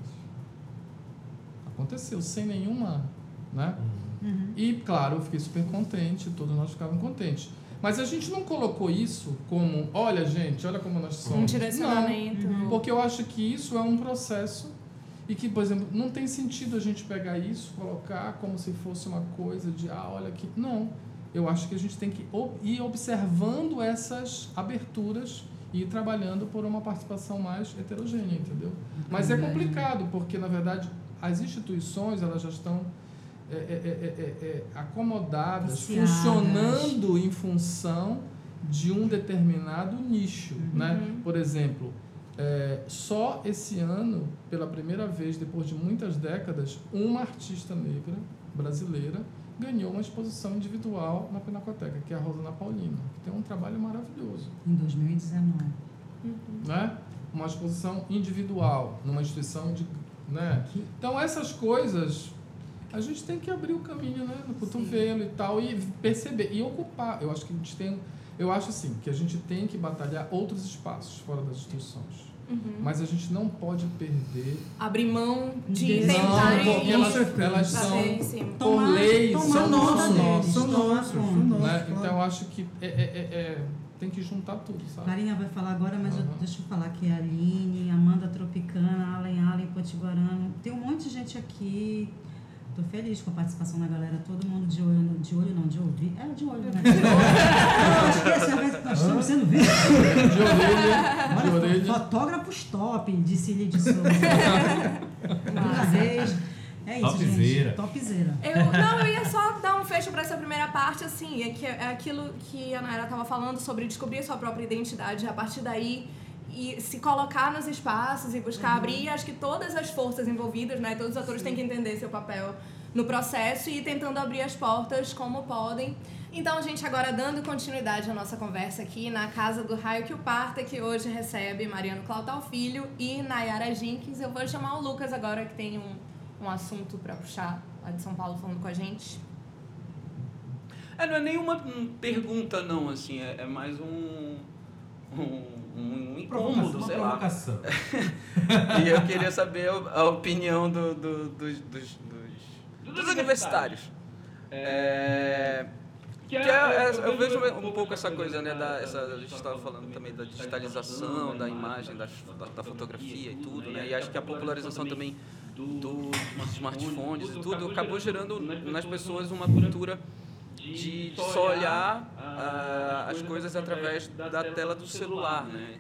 Aconteceu, sem nenhuma... Né?
Uhum.
E, claro, eu fiquei super contente, todos nós ficávamos contentes. Mas a gente não colocou isso como, olha, gente, olha como nós somos.
Um direcionamento.
Não, porque eu acho que isso é um processo e que, por exemplo, não tem sentido a gente pegar isso, colocar como se fosse uma coisa de, ah, olha aqui. Não. Eu acho que a gente tem que ir observando essas aberturas e ir trabalhando por uma participação mais heterogênea, entendeu? Mas é complicado, porque, na verdade, as instituições, elas já estão... É, é, é, é, acomodadas,
Viciadas.
funcionando em função de um determinado nicho.
Uhum.
Né? Por exemplo, é, só esse ano, pela primeira vez, depois de muitas décadas, uma artista negra brasileira ganhou uma exposição individual na Pinacoteca, que é a Rosana Paulino, que tem um trabalho maravilhoso.
Em dois mil e dezenove.
Uhum. Né? Uma exposição individual, numa instituição de... Né? Então, essas coisas... A gente tem que abrir o caminho, né, no cotovelo Sim. e tal, e perceber, e ocupar. Eu acho que a gente tem, eu acho assim, que a gente tem que batalhar outros espaços fora das instituições. Uhum. Mas a gente não pode perder...
Abrir mão de
Não,
inventarem...
Porque elas, elas são, por
Tomar,
lei,
tomar
são
nossos.
nossos.
São nossos, são nossos.
Né? Então, eu acho que é, é, é, é, tem que juntar tudo, sabe?
Clarinha vai falar agora, mas
Uhum.
eu, deixa eu falar que a Aline, Amanda Tropicana, Allen Allen, Potiguarano, tem um monte de gente aqui... Tô feliz com a participação da galera, todo mundo de olho, no- de olho não, de ouvido. É, de olho, né? Não, esquece, mas nós estamos sendo vistos.
De orelha, de
Olha,
orelha.
fotógrafos top, disse Lili de Souza. Uma vez. É isso,
Topzera.
gente. Topzera.
Eu, não, eu ia só dar um fecho para essa primeira parte, assim, é, que é aquilo que a Nayara estava falando sobre descobrir sua própria identidade, a partir daí e se colocar nos espaços e buscar
Uhum.
abrir, acho que todas as forças envolvidas, né, todos os atores têm que entender seu papel no processo e ir tentando abrir as portas como podem. Então, gente, agora dando continuidade à nossa conversa aqui na Casa do Raio que o Parta, que hoje recebe Mariano Clautal Filho e Nayara Jenkins, eu vou chamar o Lucas agora, que tem um um assunto para puxar lá de São Paulo falando com a gente.
É, não é nenhuma hum, pergunta, não, assim, é, é mais um, um, um incômodo,
Uma
sei lá.
provocação.
E eu queria saber a a opinião do, do, dos, dos, dos, dos universitários. É, que é, é, eu vejo um pouco essa coisa, né, da, essa, a gente estava falando também da digitalização, da imagem, da, da, da fotografia e tudo, né, e acho que a popularização também dos smartphones e tudo acabou gerando nas pessoas uma cultura de só olhar uh, as coisas através da tela do celular, né?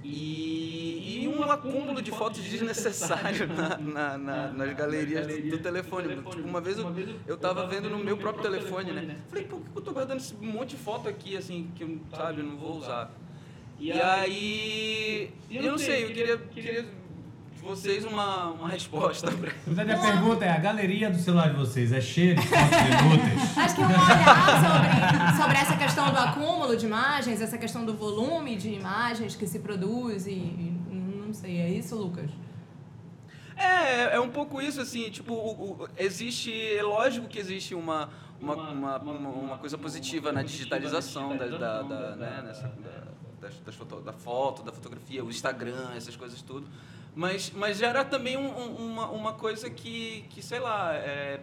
E, e um acúmulo de fotos desnecessário na, na, na, nas galerias do, do telefone. Tipo, uma vez eu, eu tava vendo no meu próprio telefone, né? Falei, por que eu tô guardando esse monte de foto aqui, assim, que eu, sabe, eu não vou usar? E aí, eu não sei, eu queria, queria de vocês uma, uma resposta pra
Na verdade, a pergunta é, a galeria do celular de vocês é cheia de fotos inúteis?
Acho que um olhar sobre, sobre essa questão do acúmulo de imagens, essa questão do volume de imagens que se produz e, e não sei, é isso, Lucas?
É, é um pouco isso, assim, tipo, o, o, existe, é lógico que existe uma, uma, uma, uma, uma coisa positiva na digitalização da, da, da, né, nessa, da, das, das foto, da foto, da fotografia, o Instagram, essas coisas tudo, mas, mas gera também um, um, uma, uma coisa que, que, sei lá, é,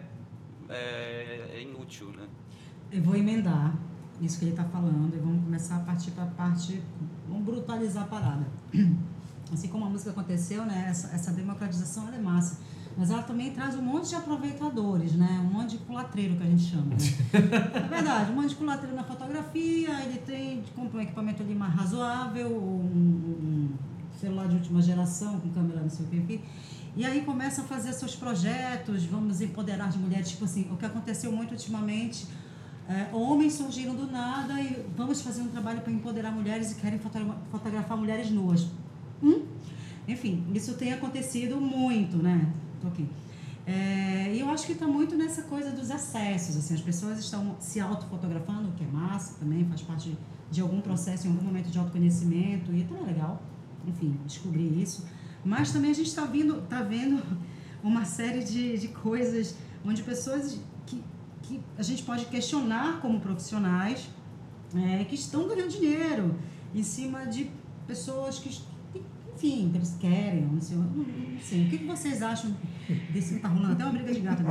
é, é inútil, né?
Eu vou emendar isso que ele está falando e vamos começar a partir para a parte, vamos brutalizar a parada. Assim como a música aconteceu, né, essa, essa democratização ela é massa, mas ela também traz um monte de aproveitadores, né, um monte de culatreiro que a gente chama, né? É verdade, um monte de culatreiro na fotografia, ele tem, compra um equipamento ali mais razoável, um, um celular de última geração, com câmera não sei o que aqui, e aí começa a fazer seus projetos, vamos empoderar as mulheres, tipo assim, o que aconteceu muito ultimamente, é, homens surgiram do nada e vamos fazer um trabalho para empoderar mulheres e querem fotogra- fotografar mulheres nuas. Hum? Enfim, isso tem acontecido muito, né? Tô aqui. É, e eu acho que está muito nessa coisa dos acessos, assim, as pessoas estão se autofotografando, o que é massa também, faz parte de, de algum processo, em algum momento de autoconhecimento, e também é legal, enfim, descobrir isso. Mas também a gente está tá vendo uma série de, de coisas onde pessoas que, que a gente pode questionar como profissionais, é, que estão ganhando dinheiro em cima de pessoas que, enfim, que eles querem, não sei, não sei. O que, que vocês acham desse... Tá rolando até uma briga de gato.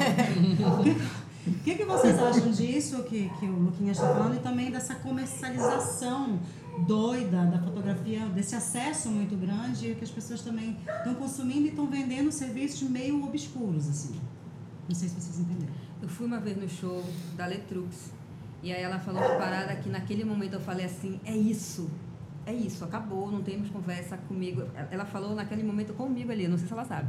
O que, que, que vocês acham disso que, que o Luquinhas está falando e também dessa comercialização doida da fotografia, desse acesso muito grande que as pessoas também estão consumindo e estão vendendo serviços meio obscuros, assim. Não sei se vocês entenderam.
Eu fui uma vez no show da Letrux e aí ela falou uma parada que naquele momento eu falei assim, é isso, é isso, acabou, não temos conversa comigo. Ela falou naquele momento comigo ali, não sei se ela sabe,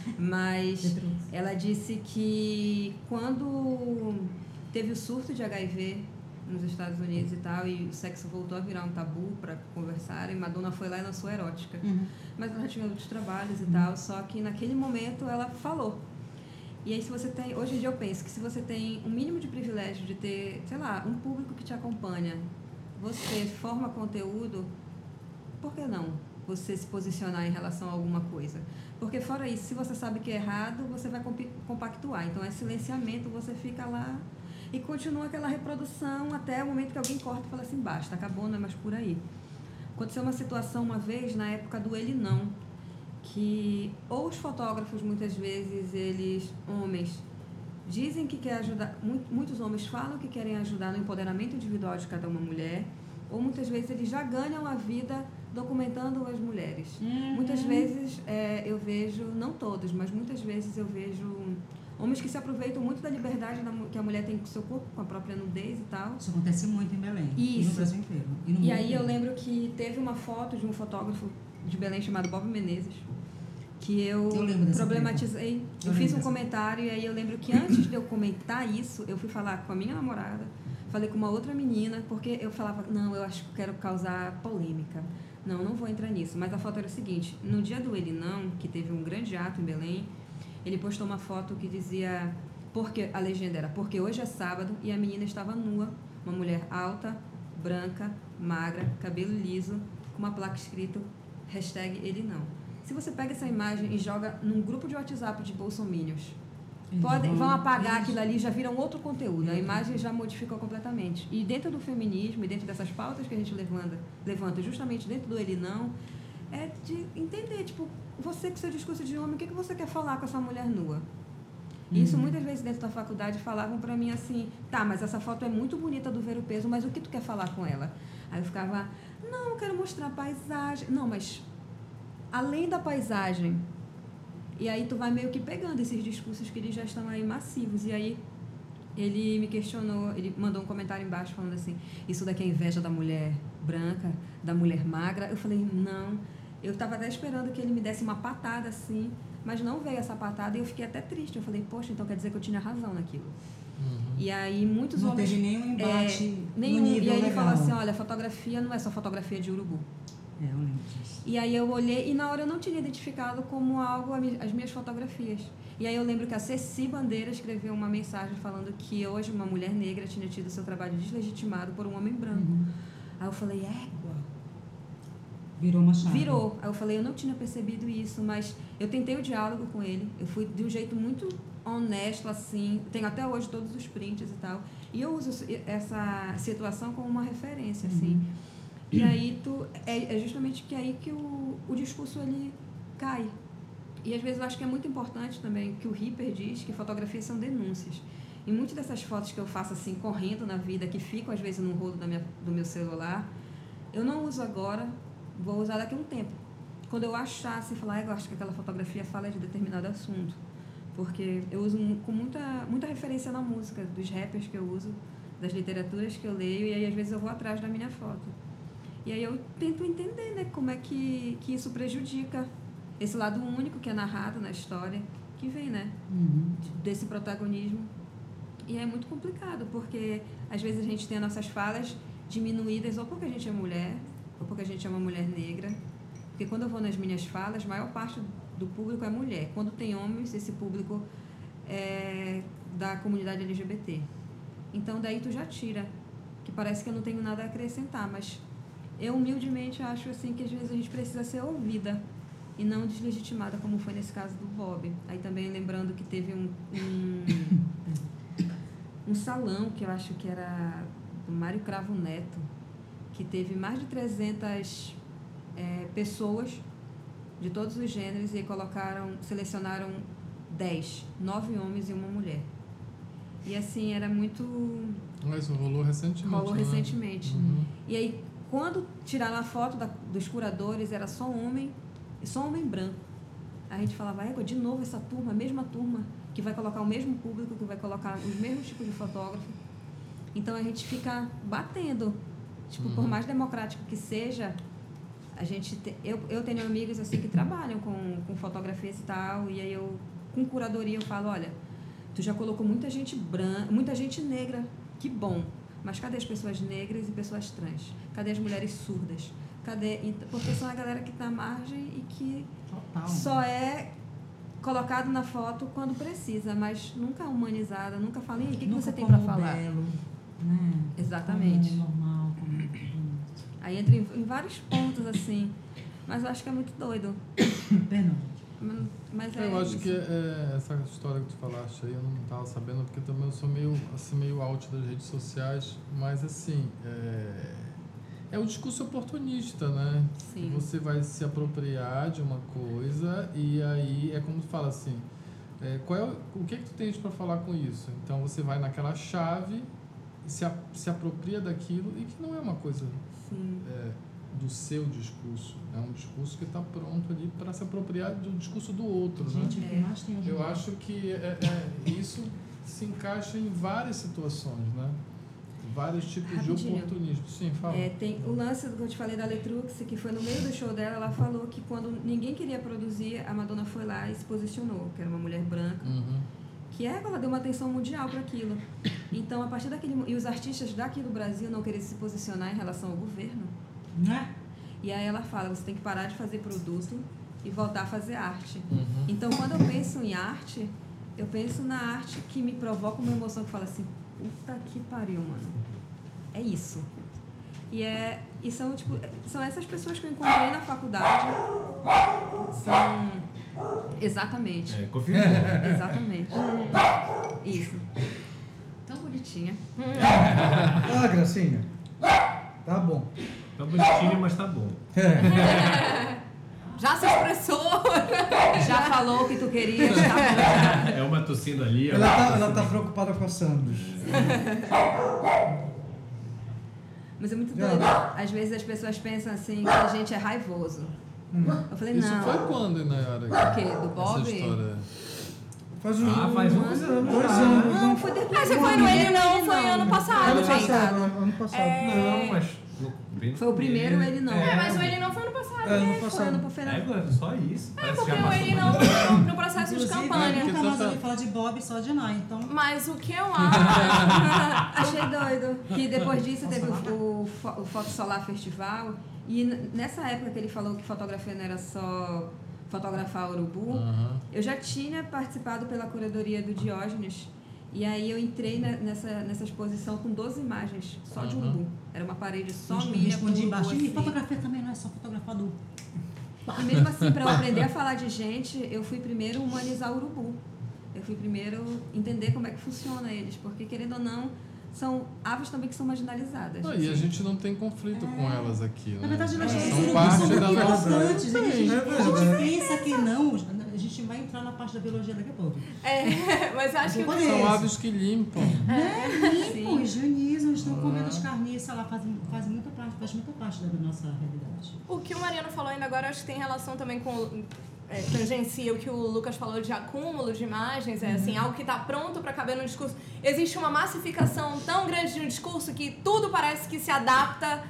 mas ela disse que quando teve o surto de H I V nos Estados Unidos e tal, e o sexo voltou a virar um tabu para conversar, e Madonna foi lá e lançou Erótica.
Uhum.
Mas ela tinha outros trabalhos e
uhum.
tal, só que naquele momento ela falou. E aí se você tem, hoje em dia eu penso que se você tem um mínimo de privilégio de ter, sei lá, um público que te acompanha, você forma conteúdo, por que não você se posicionar em relação a alguma coisa? Porque fora isso, se você sabe que é errado, você vai compactuar. Então é silenciamento, você fica lá e continua aquela reprodução até o momento que alguém corta e fala assim, basta, acabou, não é mais por aí. Aconteceu uma situação uma vez, na época do Ele Não, que ou os fotógrafos, muitas vezes, eles, homens, dizem que querem ajudar, muitos homens falam que querem ajudar no empoderamento individual de cada uma mulher, ou muitas vezes eles já ganham a vida documentando as mulheres. Uhum. Muitas vezes é, eu vejo, não todos, mas muitas vezes eu vejo Homens que se aproveitam muito da liberdade da, que a mulher tem com o seu corpo, com a própria nudez e tal.
Isso acontece muito em Belém.
Isso.
E no Brasil inteiro. E, no
e
mundo
aí
inteiro.
eu lembro que teve uma foto de um fotógrafo de Belém chamado Bob Menezes, que eu,
eu
problematizei. Eu,
eu
fiz um
dessa.
comentário e aí eu lembro que antes de eu comentar isso, eu fui falar com a minha namorada, falei com uma outra menina, porque eu falava, não, eu acho que quero causar polêmica. Não, não vou entrar nisso. Mas a foto era o seguinte, no dia do Ele Não, que teve um grande ato em Belém, ele postou uma foto que dizia, porque a legenda era, porque hoje é sábado, e a menina estava nua, uma mulher alta, branca, magra, cabelo liso, com uma placa escrito, hashtag Ele Não. Se você pega essa imagem e joga num grupo de WhatsApp de bolsominions, podem, vão apagar aquilo ali, já viram outro conteúdo, a imagem já modificou completamente. E dentro do feminismo, e dentro dessas pautas que a gente levanta, levanta justamente dentro do Ele Não, é de entender, tipo, você com seu discurso de homem, o que, que você quer falar com essa mulher nua? E isso muitas vezes dentro da faculdade falavam pra mim assim, tá, mas essa foto é muito bonita do Ver o Peso, mas o que tu quer falar com ela? Aí eu ficava, não, eu quero mostrar a paisagem. Não, mas além da paisagem. E aí tu vai meio que pegando esses discursos que eles já estão aí massivos. E aí ele me questionou, ele mandou um comentário embaixo falando assim, isso daqui é inveja da mulher branca, da mulher magra. Eu falei, não. Eu estava até esperando que ele me desse uma patada assim, mas não veio essa patada e eu fiquei até triste. Eu falei, poxa, então quer dizer que eu tinha razão naquilo. Uhum. E aí muitos
não
homens...
Não teve nenhum embate
é, nenhum,
no nível
E aí ele
legal.
falou assim, olha, fotografia não é só fotografia de urubu.
É, eu lembro disso.
E aí eu olhei, e na hora eu não tinha identificado como algo as minhas fotografias. E aí eu lembro que a Ceci Bandeira escreveu uma mensagem falando que hoje uma mulher negra tinha tido seu trabalho deslegitimado por um homem branco. Uhum. Aí eu falei, égua.
Virou uma chave.
Virou. Aí eu falei, eu não tinha percebido isso, mas eu tentei o diálogo com ele. Eu fui de um jeito muito honesto, assim. Tenho até hoje todos os prints e tal. E eu uso essa situação como uma referência, assim. Uhum. E aí tu, é, é justamente que aí que o, o discurso ele cai. E às vezes eu acho que é muito importante também que o Ripper diz que fotografias são denúncias. E muitas dessas fotos que eu faço assim, correndo na vida, que ficam às vezes no rolo da minha, do meu celular, eu não uso agora, vou usar daqui a um tempo. Quando eu achar, assim, falar, eu acho que aquela fotografia fala de determinado assunto. Porque eu uso com muita, muita referência na música, dos rappers que eu uso, das literaturas que eu leio, e aí às vezes eu vou atrás da minha foto. E aí eu tento entender, né, como é que, que isso prejudica esse lado único que é narrado na história, que vem, né,
uhum.
desse protagonismo. E é muito complicado, porque às vezes a gente tem as nossas falas diminuídas ou porque a gente é mulher, ou porque a gente é uma mulher negra. Porque quando eu vou nas minhas falas, a maior parte do público é mulher. Quando tem homens, esse público é da comunidade L G B T. Então daí tu já tira, que parece que eu não tenho nada a acrescentar, mas eu humildemente acho assim que às vezes a gente precisa ser ouvida e não deslegitimada, como foi nesse caso do Bob. Aí também lembrando que teve um, um, um salão, que eu acho que era do Mário Cravo Neto, que teve mais de trezentas é, pessoas de todos os gêneros e colocaram, selecionaram dez, nove homens e uma mulher. E assim, era muito...
Isso rolou recentemente.
Rolou
né?
recentemente.
Uhum.
E aí, quando tiraram a foto da, dos curadores, era só homem, só homem branco. Aí a gente falava, égua, de novo essa turma, a mesma turma, que vai colocar o mesmo público, que vai colocar os mesmos tipos de fotógrafo. Então a gente fica batendo. Tipo, uhum. por mais democrático que seja, a gente te, eu, eu tenho amigos assim que trabalham com, com fotografias e tal, e aí eu, com curadoria, eu falo, olha, tu já colocou muita gente branca, muita gente negra, que bom. Mas cadê as pessoas negras e pessoas trans? Cadê as mulheres surdas? Cadê? Porque são a galera que está à margem e que
Total.
só é colocado na foto quando precisa, mas nunca humanizada, nunca fala, e aí, o que, que você tem para falar?
Belo, né?
Exatamente.
Como normal, como...
Aí entra em, em vários pontos, assim, mas eu acho que é muito doido.
Perdão.
Mas é
eu acho
isso.
que é, essa história que tu falaste aí, eu não estava sabendo, porque também eu sou meio, assim, meio out das redes sociais, mas assim, é, é o discurso oportunista, né?
Sim.
Você vai se apropriar de uma coisa e aí é como tu fala assim, é, qual é o, o que, que tu tens para falar com isso? Então você vai naquela chave e se, a, se apropria daquilo e que não é uma coisa
Sim.
É, do seu discurso. É um discurso que está pronto ali para se apropriar do discurso do outro.
Gente,
né?
o que mais tem hoje em
Eu
dia?
acho que é, é, isso se encaixa em várias situações, né? Vários tipos
Rapidinho.
de oportunismo. Sim, fala.
É, tem o lance que eu te falei da Letrux, que foi no meio do show dela, ela falou que quando ninguém queria produzir, a Madonna foi lá e se posicionou, que era uma mulher branca,
Uhum.
que é, ela deu uma atenção mundial para aquilo. Então, a partir daquele... E os artistas daqui do Brasil não queriam se posicionar em relação ao governo.
Né?
E aí ela fala, você tem que parar de fazer produto e voltar a fazer arte.
Uhum.
Então, quando eu penso em arte, eu penso na arte que me provoca uma emoção que fala assim, puta que pariu, mano. É isso. E, é, e são, tipo, são essas pessoas que eu encontrei na faculdade. São... Exatamente.
É, confirmou.
Exatamente. Isso. Tão bonitinha.
Ah, Gracinha. Tá bom.
Tá bonitinho, mas tá bom.
Já se expressou.
Já falou o que tu querias, tá bom.
É uma tossindo ali. é
Ela
uma
tá,
tossindo
ela tá
aqui.
preocupada com a Sandos.
Mas é muito
Já.
doido. Às vezes as pessoas pensam assim que a gente é raivoso. Eu falei,
Isso
não.
foi quando, Nayara?
O quê? Do Bob?
Essa história.
Faz um,
Ah, faz uns anos
dois
já,
anos.
né?
Não, foi depois.
Mas você foi no Ele Não, foi ano passado,
Ano
gente.
passado, ano passado.
Não, mas... no- bem
Foi o primeiro, ele não.
É, mas o Ele Não foi ano passado,
É, ano
né?
Foi
passado.
ano pro final.
É, mano, só isso.
É,
Parece
porque
que já
o
passou
Ele Não
muito.
foi no- no processo de
Inclusive,
campanha.
nunca
Porque
mais
tá-
ouvi falar de Bob, só de Nai. Então,
Mas o que eu acho...
Achei doido. Que depois disso teve o, o, Fo- o Foto Solar Festival. E n- nessa época que ele falou que fotografia não era só fotografar urubu,
Aham.
eu já tinha participado pela curadoria do Diógenes. E aí eu entrei ne- nessa, nessa exposição com doze imagens só de
Uhum.
urubu. Era uma parede só
eu
minha.
respondi
com urubu,
embaixo. E
assim.
fotografia também não é só fotografar do...
E mesmo assim, para eu aprender a falar de gente, eu fui primeiro humanizar o urubu. Eu fui primeiro entender como é que funciona eles, porque querendo ou não, são aves também que são marginalizadas.
Ah, e a
assim.
gente não tem conflito com elas aqui, né?
Na verdade, elas
É.
são
são
são
parte
muito
da nossa...
importantes. A gente,
É
a
verdade.
gente pensa que não. A gente vai entrar na parte da biologia daqui a pouco.
É, mas eu acho que... o que-
São aves que limpam.
Né? Limpam,
Sim.
higienizam, estão comendo as carniças lá, fazem, fazem muita parte, faz muita parte da nossa realidade.
O que o Mariano falou ainda agora, acho que tem relação também com... É, tangencia o que o Lucas falou de acúmulo de imagens, é assim, algo que está pronto para caber no discurso. Existe uma massificação tão grande de um discurso que tudo parece que se adapta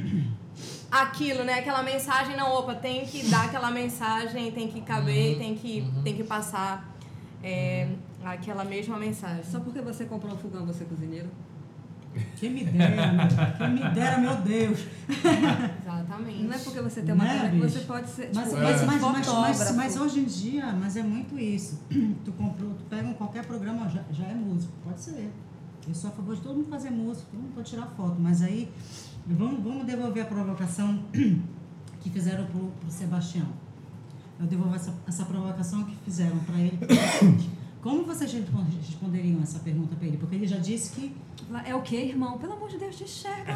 àquilo, né? Aquela mensagem, não, opa, tem que dar aquela mensagem, tem que caber, tem que, tem que passar é, aquela mesma mensagem.
Só porque você comprou um fogão, você é cozinheiro?
Quem me dera, meu, quem me dera, meu Deus.
Exatamente.
Não é porque você tem uma
Né,
câmera que
bicho?
você pode ser
Mas,
tipo,
mas, mas, mas, mas,
fotógrafo.
mas hoje em dia, mas é muito isso. Tu comprou, tu pega um qualquer programa, já, já é músico, pode ser. Eu sou a favor de todo mundo fazer música, todo mundo pode tirar foto, mas aí vamos, vamos devolver a provocação que fizeram pro, pro Sebastião. Eu devolvo essa, essa provocação que fizeram para ele. Como vocês responderiam essa pergunta para ele? Porque ele já disse que...
É o quê, irmão? Pelo amor de Deus, te enxerga.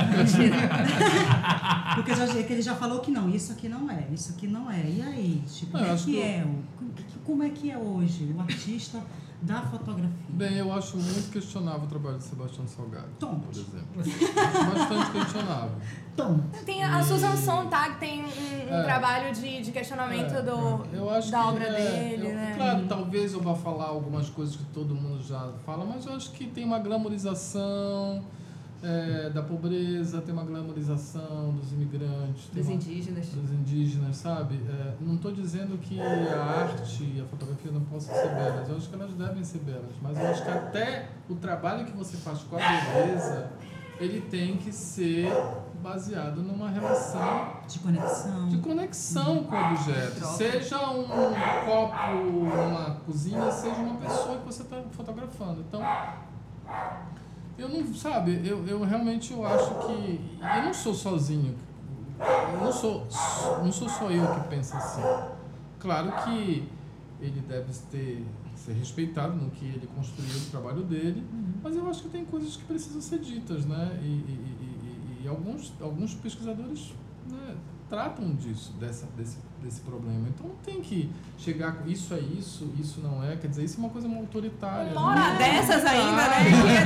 Porque já, que ele já falou que não, isso aqui não é, isso aqui não é. E aí? Tipo,
Não, eu
como é
acho
que
que-
é? o- Como é que é hoje o artista da fotografia?
Bem, eu acho muito questionável o trabalho de Sebastião Salgado,
Tom.
por exemplo. Acho bastante questionável.
Tom.
Tem a Susan Sontag tem um, um
É.
trabalho de, de questionamento
É,
do,
eu acho
da
que,
obra
é,
dele,
eu-
né?
Claro, talvez eu vá falar algumas coisas que todo mundo já fala, mas eu acho que tem uma glamorização é, da pobreza, tem uma glamorização dos imigrantes, tem
Dos
uma-
indígenas.
dos indígenas, sabe? É, não estou dizendo que a arte e a fotografia não possam ser belas, eu acho que elas devem ser belas, mas eu acho que até o trabalho que você faz com a beleza, ele tem que ser baseado numa relação
De conexão.
de conexão com o objeto.
Troca.
Seja um copo numa cozinha, seja uma pessoa que você está fotografando. Então, eu não, sabe, eu, eu realmente eu acho que eu não sou sozinho. Eu não sou, não sou só eu que penso assim. Claro que ele deve ter, ser respeitado no que ele construiu o trabalho dele, mas eu acho que tem coisas que precisam ser ditas, né? E, e, e, e, e alguns, alguns pesquisadores, né, tratam disso, dessa, desse, desse problema. Então não tem que chegar com isso é isso, isso não é. Quer dizer, isso é uma coisa muito autoritária.
Uma hora
né?
dessas ainda, né?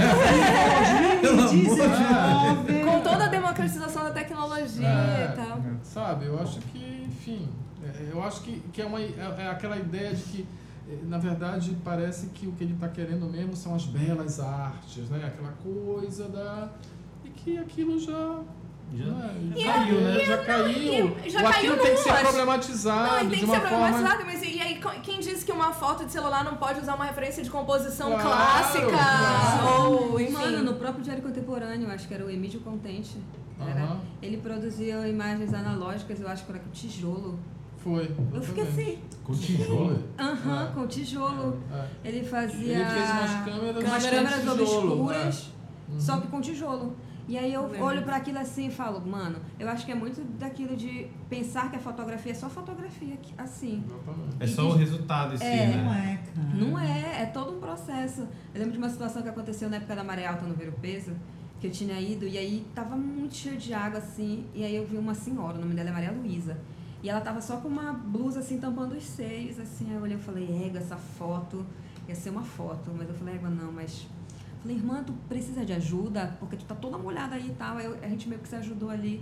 Com toda a democratização da tecnologia
É,
e tal.
sabe, eu acho que, enfim, é, eu acho que, que é, uma, é, é aquela ideia de que, é, na verdade, parece que o que ele está querendo mesmo são as belas artes, né? Aquela coisa da... E que aquilo já...
Já
né?
E
caiu,
a-
né?
e
Já
a-
caiu.
e já
O
caiu
aquilo tem que ser
numas.
problematizado
Não, e tem
de
que
uma
ser
forma...
problematizado, mas e aí quem disse que uma foto de celular não pode usar uma referência de composição
Claro,
clássica?
claro.
Ou, enfim.
Mano, no próprio Diário Contemporâneo, acho que era o Emílio Contente. Era,
Aham.
Ele produzia imagens analógicas, eu acho que era com tijolo.
Foi.
Eu fiquei assim,
Com tijolo.
aham,
É.
com tijolo.
É.
Ele fazia
Ele fez umas câmeras
umas
de
câmeras
tijolo,
obscuras,
Uhum.
só que com tijolo. E aí eu
Lembro.
olho para aquilo assim e falo, mano, eu acho que é muito daquilo de pensar que a fotografia é só fotografia, que- assim.
Exatamente.
É só o resultado em si,
É,
Não
né?
é, cara.
Não é, é todo um processo. Eu lembro de uma situação que aconteceu na época da maré alta no Ver o Peso, que eu tinha ido, e aí tava muito cheio de água, assim, e aí eu vi uma senhora, o nome dela é Maria Luísa, e ela tava só com uma blusa, assim, tampando os seios, assim, aí eu olhei e falei, égua, essa foto, ia ser uma foto, mas eu falei, égua, não, mas... Falei, irmã, tu precisa de ajuda? Porque tu tá toda molhada aí e tal, aí eu- a gente meio que se ajudou ali.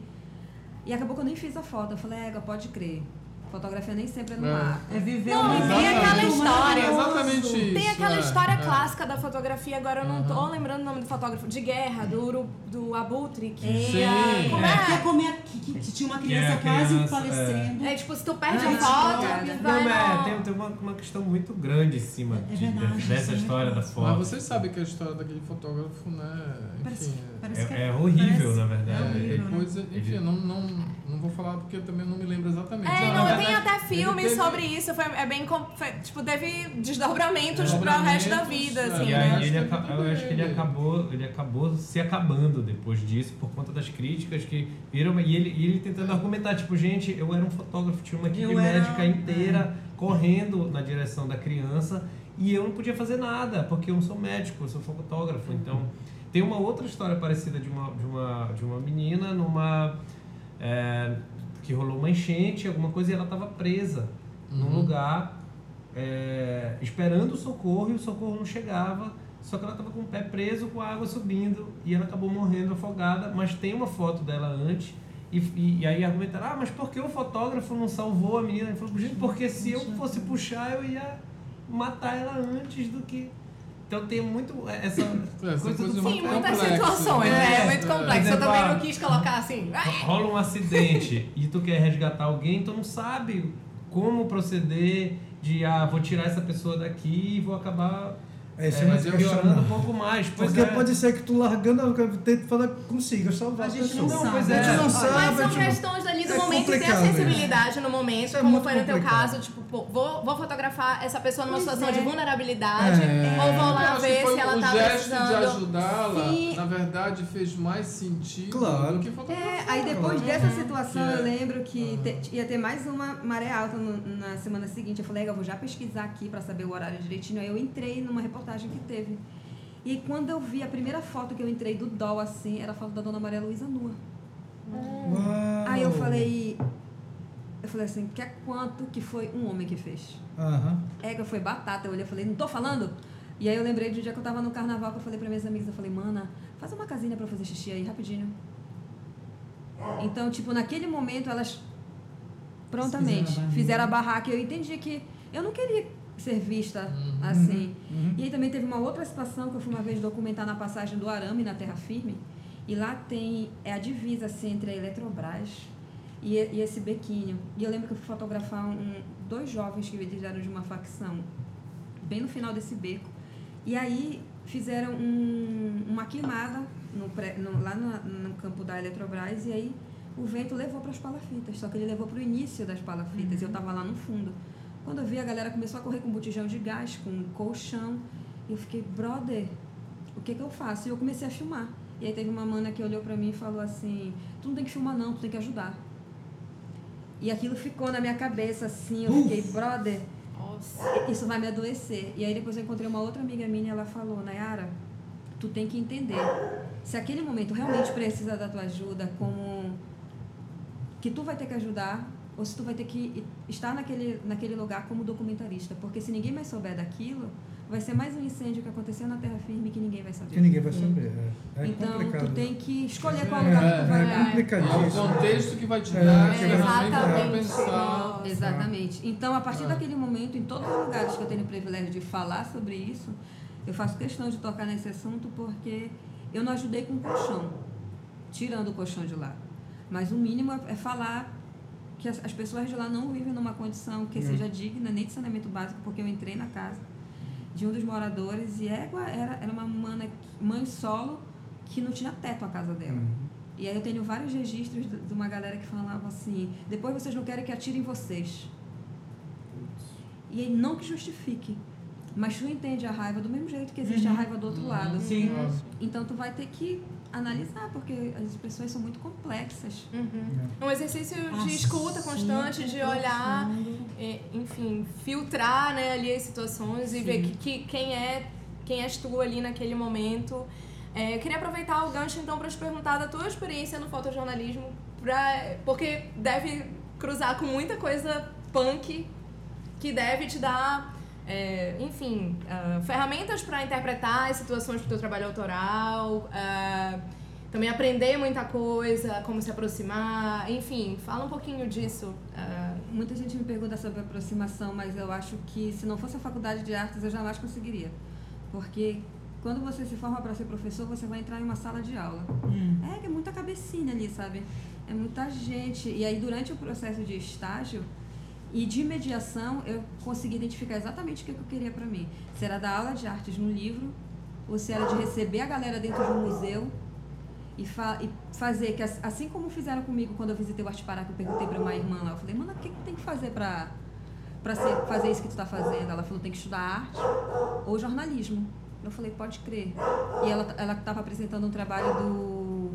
E acabou que eu nem fiz a foto, eu falei, égua, pode crer, fotografia nem sempre é no
É.
mar.
É viver
Não,
uma
e tem
vida
aquela
muito
história.
maravilhosa.
Exatamente isso.
Tem aquela
é,
história
é.
clássica da fotografia, agora eu não tô
Aham.
lembrando o nome do fotógrafo, de guerra, do, Uru- do Abutre, que
Sim.
ia- como
Que é
é?
comer que, que, que tinha uma
Que
criança
é a
quase
criança,
falecendo.
É tipo, se tu perde
Ah,
a
isso,
foto,
cara.
vai
Não, mas
no-
tem, tem uma, uma questão muito grande em cima
É
de-
verdade,
de- dessa
isso é
história da
verdade.
foto.
Mas vocês sabem que a história daquele fotógrafo, né?
Parece,
Enfim,
parece que
É, é horrível,
parece-
na verdade.
É
é,
horrível,
é
né?
coisa. Enfim, eu não, não, não vou falar porque eu também não me lembro exatamente.
É,
Na
não,
verdade,
tem até
ele
filmes
teve-
sobre isso, foi, é bem, com- foi, tipo, teve desdobramentos para o resto da vida,
Desdobramentos,
assim,
E
é.
né?
aí ele,
Acho que
aca-
tudo
eu acho que ele
bem.
acabou, ele acabou se acabando depois disso, por conta das críticas que viram. E ele, e ele tentando argumentar, tipo, gente, eu era um fotógrafo, tinha uma equipe
Eu era-
médica inteira correndo na direção da criança e eu não podia fazer nada, porque eu não sou médico, eu sou fotógrafo. Então, tem uma outra história parecida de uma, de uma, de uma menina numa... é, que rolou uma enchente, alguma coisa, e ela estava presa num
Uhum.
lugar é, esperando o socorro e o socorro não chegava, só que ela estava com o pé preso, com a água subindo e ela acabou morrendo afogada, mas tem uma foto dela antes e, e, e aí argumentaram, ah, mas por que o fotógrafo não salvou a menina? Ele falou, gente, porque se eu fosse puxar eu ia matar ela antes do que... Então tem muito essa,
Essa
coisa,
coisa
do
muito
Sim, muitas
complexo,
situações,
né?
né? É muito
É.
complexo. Eu
Por
também
exemplo,
não quis colocar assim. "Ah,
rola um acidente e tu quer resgatar alguém, tu não sabe como proceder de, ah, vou tirar essa pessoa daqui e vou acabar
É, isso
é,
é muito
piorando um
questionável.
pouco mais. Pois
Porque
é.
pode ser que tu largando, eu tento falar consiga salvar
A
a
gente
pessoa.
não sabe.
pois
A gente
é.
não
Mas
sabe.
Mas
a
são
gente não-
questões ali do
é
momento, tem a
complicado isso.
sensibilidade no momento,
Isso é
como
muito
foi no teu
complicado.
caso, tipo, pô, vou, vou fotografar essa pessoa numa
Pois
situação
é.
de vulnerabilidade,
É.
ou vou
Eu
lá
acho que
ver
foi
se ela
o
tá
gesto
precisando.
de ajudá-la,
Sim.
na verdade, fez mais sentido
Claro.
do que fotografar.
É, aí depois dessa situação
Que é-
eu lembro que te- ia ter mais uma maré alta no- na semana seguinte. Eu falei, eu vou já pesquisar aqui para saber o horário direitinho. Aí eu entrei numa reportagem que teve. E quando eu vi a primeira foto que eu entrei do D O L, assim, era a foto da Dona Maria Luísa nua.
Uau.
Aí eu falei, eu falei assim, que é quanto que foi um homem que fez?
Aham.
Ega, foi batata. Eu olhei e falei, não tô falando? E aí eu lembrei de um dia que eu tava no carnaval, que eu falei para minhas amigas, eu falei, mana, faz uma casinha para fazer xixi aí, rapidinho. Então, tipo, naquele momento elas prontamente
Fizeram a barraca.
fizeram a barraca e eu entendi que eu não queria ser vista
Uhum.
assim.
Uhum.
E aí também teve uma outra situação que eu fui uma vez documentar na passagem do Arame, na Terra Firme, e lá tem é a divisa assim, entre a Eletrobras e, e esse bequinho. E eu lembro que eu fui fotografar um, dois jovens que eles eram de uma facção, bem no final desse beco. E aí fizeram um, uma queimada no pré, no, lá no, no campo da Eletrobras, e aí o vento levou para as palafitas, só que ele levou para o início das palafitas, e eu estava lá no fundo. Quando eu vi, a galera começou a correr com botijão de gás, com colchão, e eu fiquei, brother, o que que eu faço? E eu comecei a filmar. E aí teve uma mana que olhou pra mim e falou assim, tu não tem que filmar não, tu tem que ajudar. E aquilo ficou na minha cabeça assim, eu fiquei, brother,
Nossa.
isso vai me adoecer. E aí depois eu encontrei uma outra amiga minha e ela falou, Nayara, tu tem que entender, se aquele momento realmente precisa da tua ajuda, como que tu vai ter que ajudar ou se tu vai ter que estar naquele, naquele lugar como documentarista. Porque se ninguém mais souber daquilo, vai ser mais um incêndio que aconteceu na terra firme que ninguém vai saber.
Que ninguém vai saber. É, é
então,
complicado.
tu tem que escolher qual lugar
é,
que tu vai
é
dar.
complicadíssimo.
É o contexto que vai te
É,
dar,
é,
que realmente vai
exatamente.
pensar.
Exatamente. Então, a partir
É.
daquele momento, em todos os lugares que eu tenho o privilégio de falar sobre isso, eu faço questão de tocar nesse assunto porque eu não ajudei com o colchão, tirando o colchão de lá. Mas o mínimo é falar que as, as pessoas de lá não vivem numa condição que
Hum.
seja digna, nem de saneamento básico, porque eu entrei na casa de um dos moradores e égua era, era uma mana, mãe solo que não tinha teto a casa dela.
Hum.
E aí eu tenho vários registros de de uma galera que falava assim, depois vocês não querem que atirem vocês. E aí não que justifique, mas tu entende a raiva do mesmo jeito que existe a raiva do outro lado.
Sim.
Então tu vai ter que analisar, porque as pessoas são muito complexas.
Um exercício de
Assunto
escuta constante, de olhar,
profundo.
e, enfim, filtrar, né, ali as situações e
Sim.
ver que, que, quem, é, quem és tu ali naquele momento. É, eu queria aproveitar o gancho, então, para te perguntar da tua experiência no fotojornalismo, pra, porque deve cruzar com muita coisa punk que deve te dar, é, enfim, uh, ferramentas para interpretar as situações do teu trabalho autoral, uh, também aprender muita coisa, como se aproximar, enfim, fala um pouquinho disso. Uh,
Muita gente me pergunta sobre aproximação, mas eu acho que se não fosse a faculdade de artes eu jamais conseguiria. Porque quando você se forma para ser professor, você vai entrar em uma sala de aula.
Hum.
É, que é muita cabecinha ali, sabe? É muita gente. E aí, durante o processo de estágio e de mediação, eu consegui identificar exatamente o que eu queria para mim. Se era dar aula de artes no livro, ou se era de receber a galera dentro de um museu e, fa e fazer, que assim como fizeram comigo quando eu visitei o Arte Pará, que eu perguntei para uma irmã lá, eu falei, mano, o que que tem que fazer para para fazer isso que tu tá fazendo? Ela falou, tem que estudar arte ou jornalismo. Eu falei, pode crer. E ela ela estava apresentando um trabalho do,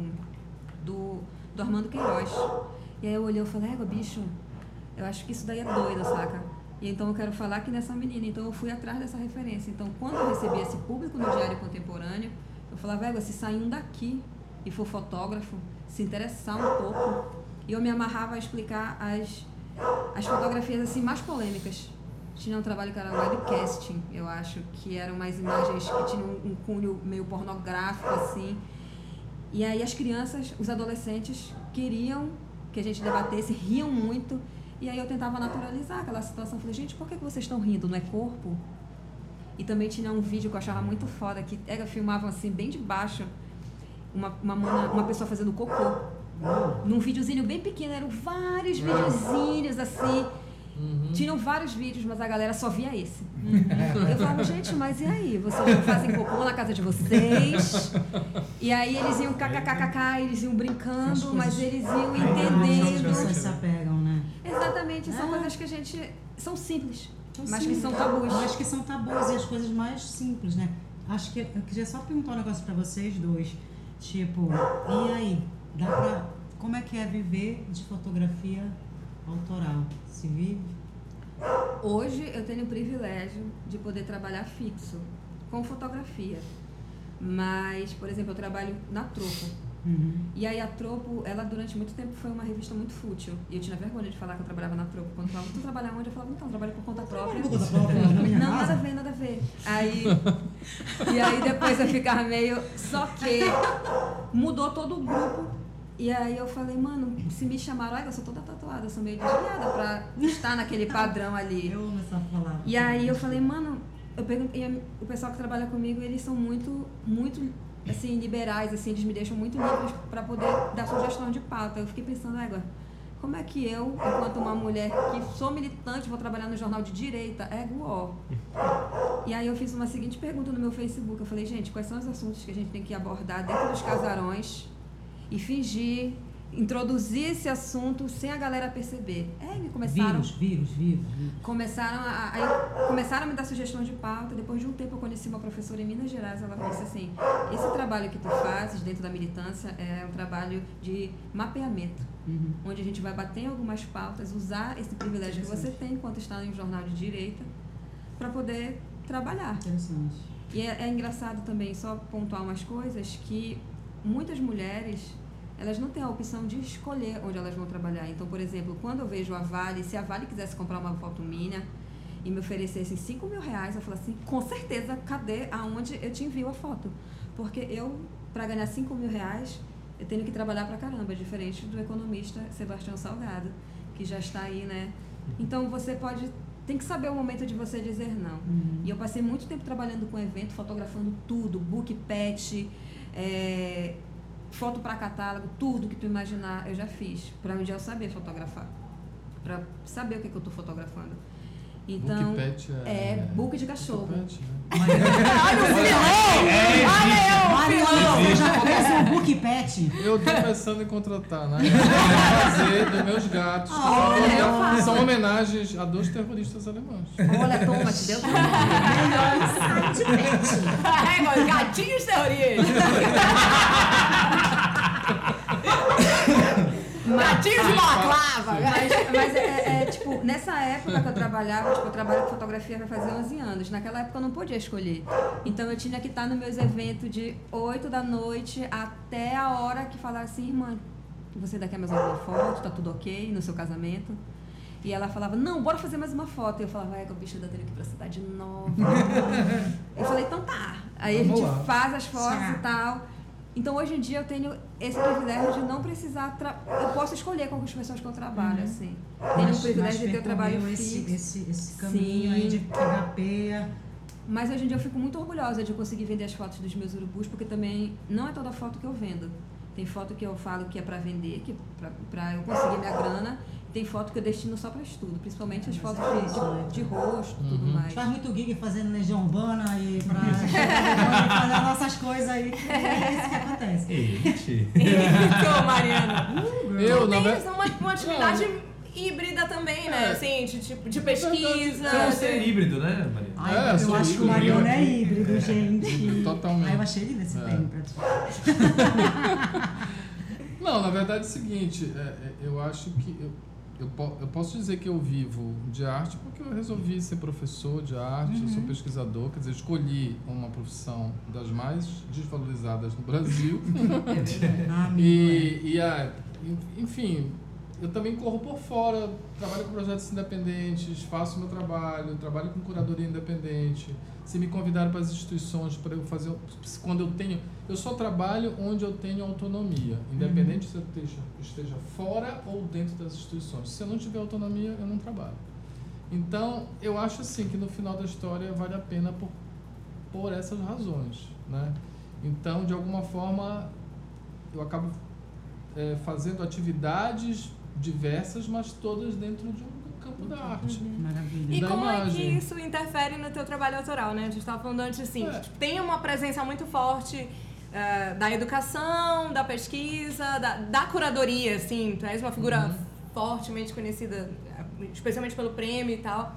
do, do Armando Queiroz. E aí eu olhei e falei, égua, bicho, eu acho que isso daí é doido, saca? E então eu quero falar aqui nessa menina. Então eu fui atrás dessa referência. Então quando eu recebi esse público no Diário Contemporâneo, eu falava, égua, se sair um daqui e for fotógrafo, se interessar um pouco, e eu me amarrava a explicar as, as fotografias assim mais polêmicas. Tinha um trabalho que era webcasting, eu acho, que eram umas imagens que tinham um, um cunho meio pornográfico, assim. E aí as crianças, os adolescentes, queriam que a gente debatesse, riam muito. E aí eu tentava naturalizar aquela situação. Falei, gente, por que vocês estão rindo? Não é corpo? E também tinha um vídeo que eu achava muito foda, que era, filmavam assim, bem de baixo, uma, uma, uma pessoa fazendo cocô. Num videozinho bem pequeno, eram vários videozinhos assim. Uhum. Tinham vários vídeos, mas a galera só via esse. Uhum. Eu falava, gente, mas e aí? Vocês não fazem cocô na casa de vocês? E aí eles iam kkkk, eles iam brincando, mas eles iam entendendo.
As pessoas se apegam, né?
Exatamente, são
é.
coisas que a gente... São simples,
São
mas
simples,
que são tabus.
Mas que são tabus e as coisas mais simples, né? Acho que eu queria só perguntar um negócio pra vocês dois. Tipo, e aí? Dá pra... Como é que é viver de fotografia autoral? Se vive?
Hoje eu tenho o privilégio de poder trabalhar fixo com fotografia. Mas, por exemplo, eu trabalho na Tropo.
Uhum.
E aí a Tropo, ela durante muito tempo foi uma revista muito fútil. E eu tinha vergonha de falar que eu trabalhava na Tropo. Quando falavam, tu trabalha onde? Eu falava, então, eu trabalho por conta própria.
Por conta própria, na minha
Não,
casa?
nada a ver, nada a ver. Aí, e aí depois eu ficava meio... Só que mudou todo o grupo. E aí eu falei, mano, se me chamaram, olha, eu sou toda tatuada, eu sou meio desviada pra estar naquele padrão ali.
Eu amo essa palavra.
E aí eu falei, mano, eu perguntei, o pessoal que trabalha comigo, eles são muito, muito, assim, liberais, assim, eles me deixam muito livres pra poder dar sugestão de pauta. Eu fiquei pensando, égua, como é que eu, enquanto uma mulher que sou militante, vou trabalhar no jornal de direita? Égua, ó. E aí eu fiz uma seguinte pergunta no meu Facebook, eu falei, gente, quais são os assuntos que a gente tem que abordar dentro dos casarões e fingir, introduzir esse assunto sem a galera perceber. É, me começaram...
Vírus, vírus, vírus. vírus.
Começaram a, aí começaram a me dar sugestão de pauta. Depois de um tempo eu conheci uma professora em Minas Gerais. Ela disse assim, esse trabalho que tu fazes dentro da militância é um trabalho de mapeamento,
Uhum.
onde a gente vai bater em algumas pautas, usar esse privilégio que você tem enquanto está em um jornal de direita para poder trabalhar.
Interessante.
E é, é engraçado também, só pontuar umas coisas, que muitas mulheres elas não têm a opção de escolher onde elas vão trabalhar. Então, por exemplo, quando eu vejo a Vale, se a Vale quisesse comprar uma foto minha e me oferecesse cinco mil reais, eu falo assim, com certeza, cadê, aonde eu te envio a foto? Porque eu, para ganhar cinco mil reais, eu tenho que trabalhar pra caramba, diferente do economista Sebastião Salgado, que já está aí, né? Então, você pode... Tem que saber o momento de você dizer não. Uhum. E eu passei muito tempo trabalhando com evento, fotografando tudo, book patch, é, foto para catálogo, tudo que tu imaginar, eu já fiz. Para um dia eu saber fotografar. Para saber o que, que eu estou fotografando. Então,
book patch é...
é book de cachorro.
Book patch, né?
Olha o filão! Olha eu! Mariana, você já conhece um book patch?
Eu tô pensando em contratar, né? Fazer dos meus gatos.
Olha,
são homenagens a dois terroristas alemães.
Olha, toma, te deu
Melhor site patch.
É, gatinhos terroristas. Gatinhos de balaclava.
Mas, mas é, é, é, tipo, nessa época que eu trabalhava, tipo, eu trabalho com fotografia vai fazer onze anos. Naquela época eu não podia escolher. Então eu tinha que estar nos meus eventos de oito da noite até a hora que falasse assim, irmã, você ainda quer mais alguma foto? Tá tudo ok no seu casamento? E ela falava, não, bora fazer mais uma foto. E eu falava, é que o bicho da tendo que ir pra cidade nova. Eu falei, então tá. Aí Vamos a gente lá. faz as fotos Sim. e tal. Então, hoje em dia, eu tenho esse privilégio de não precisar... Tra... Eu posso escolher com as pessoas que eu trabalho, uhum. assim. Tenho o privilégio de ter o trabalho
esse,
fixo.
Esse, esse caminho Sim. aí de terapia.
Mas, hoje em dia, eu fico muito orgulhosa de conseguir vender as fotos dos meus urubus, porque também não é toda foto que eu vendo. Tem foto que eu falo que é para vender, que pra, pra eu conseguir minha grana. Tem foto que eu destino só para estudo, principalmente as fotos de, de, de rosto e tudo
uhum.
mais.
Faz muito gig fazendo Legião Urbana e pra fazer as nossas coisas aí, que é isso que acontece.
Então, Mariana,
eu,
tu
não
tens uma, uma atividade não. híbrida também, né? Assim, de, tipo, de pesquisa.
Você é um ser híbrido, né, Mariana?
Ai,
é,
eu acho que o Mariana é híbrido, gente.
Totalmente.
Ai, eu achei lindo esse
é.
termo pra tu.
Não, na verdade é o seguinte, é, é, eu acho que... Eu, Eu, eu posso dizer que eu vivo de arte porque eu resolvi ser professor de arte, uhum. eu sou pesquisador, quer dizer, escolhi uma profissão das mais desvalorizadas no Brasil. e, e a, enfim, eu também corro por fora, trabalho com projetos independentes, faço o meu trabalho, trabalho com curadoria independente. Se me convidaram para as instituições para eu fazer, quando eu tenho, eu só trabalho onde eu tenho autonomia, independente uhum. se eu esteja, esteja fora ou dentro das instituições. Se eu não tiver autonomia, eu não trabalho. Então, eu acho assim que no final da história vale a pena por, por essas razões, né? Então, de alguma forma, eu acabo é, fazendo atividades diversas, mas todas dentro de um campo da arte.
Uhum. Maravilha.
E
da
como
imagem.
é que isso interfere no teu trabalho autoral, né? A gente estava falando antes, assim,
é.
tem uma presença muito forte uh, da educação, da pesquisa, da, da curadoria, assim, tu és uma figura uhum. fortemente conhecida, especialmente pelo prêmio e tal.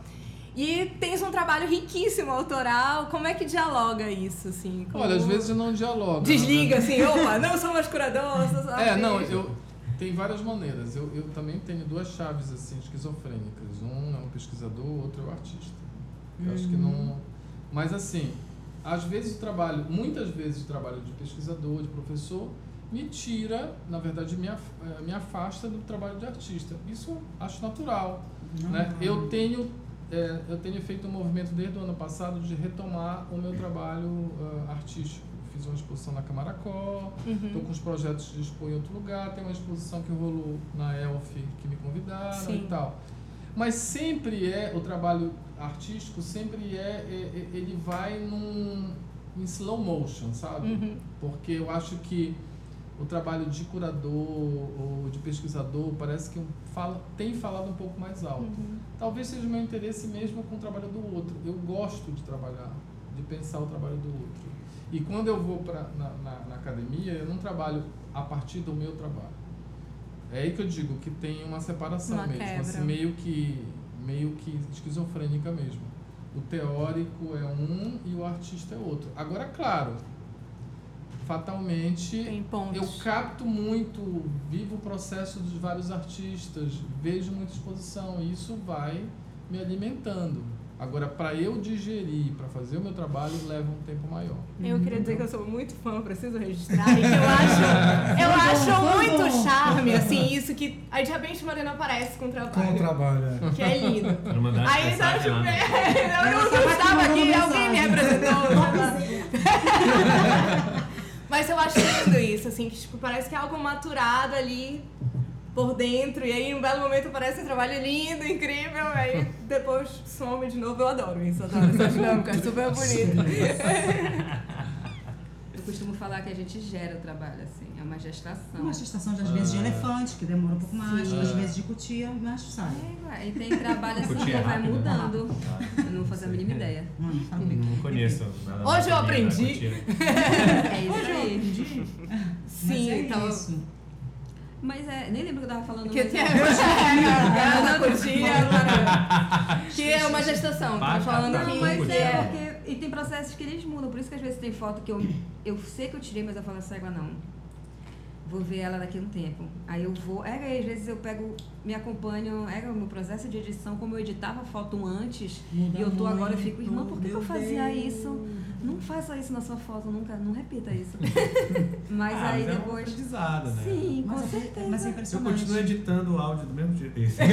E tens um trabalho riquíssimo autoral, como é que dialoga isso, assim? Como...
Olha, às vezes não dialoga.
Desliga,
né?
assim, opa, não somos curadores, não
É, não, eu... Tem várias maneiras. Eu, eu também tenho duas chaves assim, esquizofrênicas. Um é um pesquisador, o outro é o artista. Eu uhum. acho que não... Mas assim, às vezes o trabalho, muitas vezes o trabalho de pesquisador, de professor, me tira, na verdade, me, af, me afasta do trabalho de artista. Isso eu acho natural. Uhum. Né? Eu, tenho, é, eu tenho feito um movimento desde o ano passado de retomar o meu trabalho uh, artístico. Fiz uma exposição na Camaracó, estou uhum. com os projetos de expor em outro lugar, tem uma exposição que rolou na E L F que me convidaram Sim. e tal. Mas sempre é, o trabalho artístico sempre é, é ele vai num, em slow motion, sabe? Uhum. Porque eu acho que o trabalho de curador ou de pesquisador parece que fala, tem falado um pouco mais alto. Uhum. Talvez seja o meu interesse mesmo com o trabalho do outro. Eu gosto de trabalhar, de pensar o trabalho do outro. E quando eu vou pra, na, na, na academia, eu não trabalho a partir do meu trabalho. É aí que eu digo que tem uma separação uma mesmo, assim, meio que, meio que esquizofrênica mesmo. O teórico é um e o artista é outro. Agora, claro, fatalmente, eu capto muito, vivo o processo dos vários artistas, vejo muita exposição, e isso vai me alimentando. Agora, para eu digerir, para fazer o meu trabalho, leva um tempo maior.
Eu queria dizer que eu sou muito fã, preciso registrar, e que eu acho, eu acho muito charme, assim, isso que aí de repente Mariana aparece com o trabalho.
Com o trabalho, é.
Que é lindo. Aí
mensagem,
eu,
né?
eu não estava aqui, alguém me representou. Mas eu acho lindo isso, assim, que tipo, parece que é algo maturado ali por dentro, e aí em um belo momento parece um trabalho lindo, incrível, aí depois some de novo. Eu adoro isso, adoro essa dinâmica, é super bonito.
Eu costumo falar que a gente gera o trabalho, assim, é uma gestação.
Uma gestação, às vezes, de elefante, que demora um pouco mais,
Sim.
às vezes de cutia, mas sai.
É, e tem trabalho assim
Cutia
que vai
rápida.
mudando. Eu não fazia a mínima ideia.
Hum, sabe?
Não conheço. nada
Hoje eu
da
aprendi.
cutia.
É isso aí.
Mas
Sim,
é
então.
isso.
Mas é, nem lembro o que eu tava falando.
Que
mas
tem
é-
a da cutia, que é uma gestação, tá falando
Não,
aqui.
mas
que
é porque. E tem processos que eles mudam, por isso que às vezes tem foto que eu, eu sei que eu tirei, mas eu falo essa égua não. Vou ver ela daqui a um tempo. Aí eu vou. É, aí às vezes eu pego, me acompanho, é o meu processo de edição, como eu editava foto antes,
Muda
e eu tô agora, eu
muito,
fico, irmã, por que, que eu
meu
fazia
Deus.
isso? Não faça isso na sua foto, nunca, não repita isso. Mas
Ah,
aí
mas é um
depois.
aprendizado, né?
Sim, com
Mas é,
certeza.
mas é
Eu
impressionante.
continuo editando o áudio do mesmo jeito. Isso.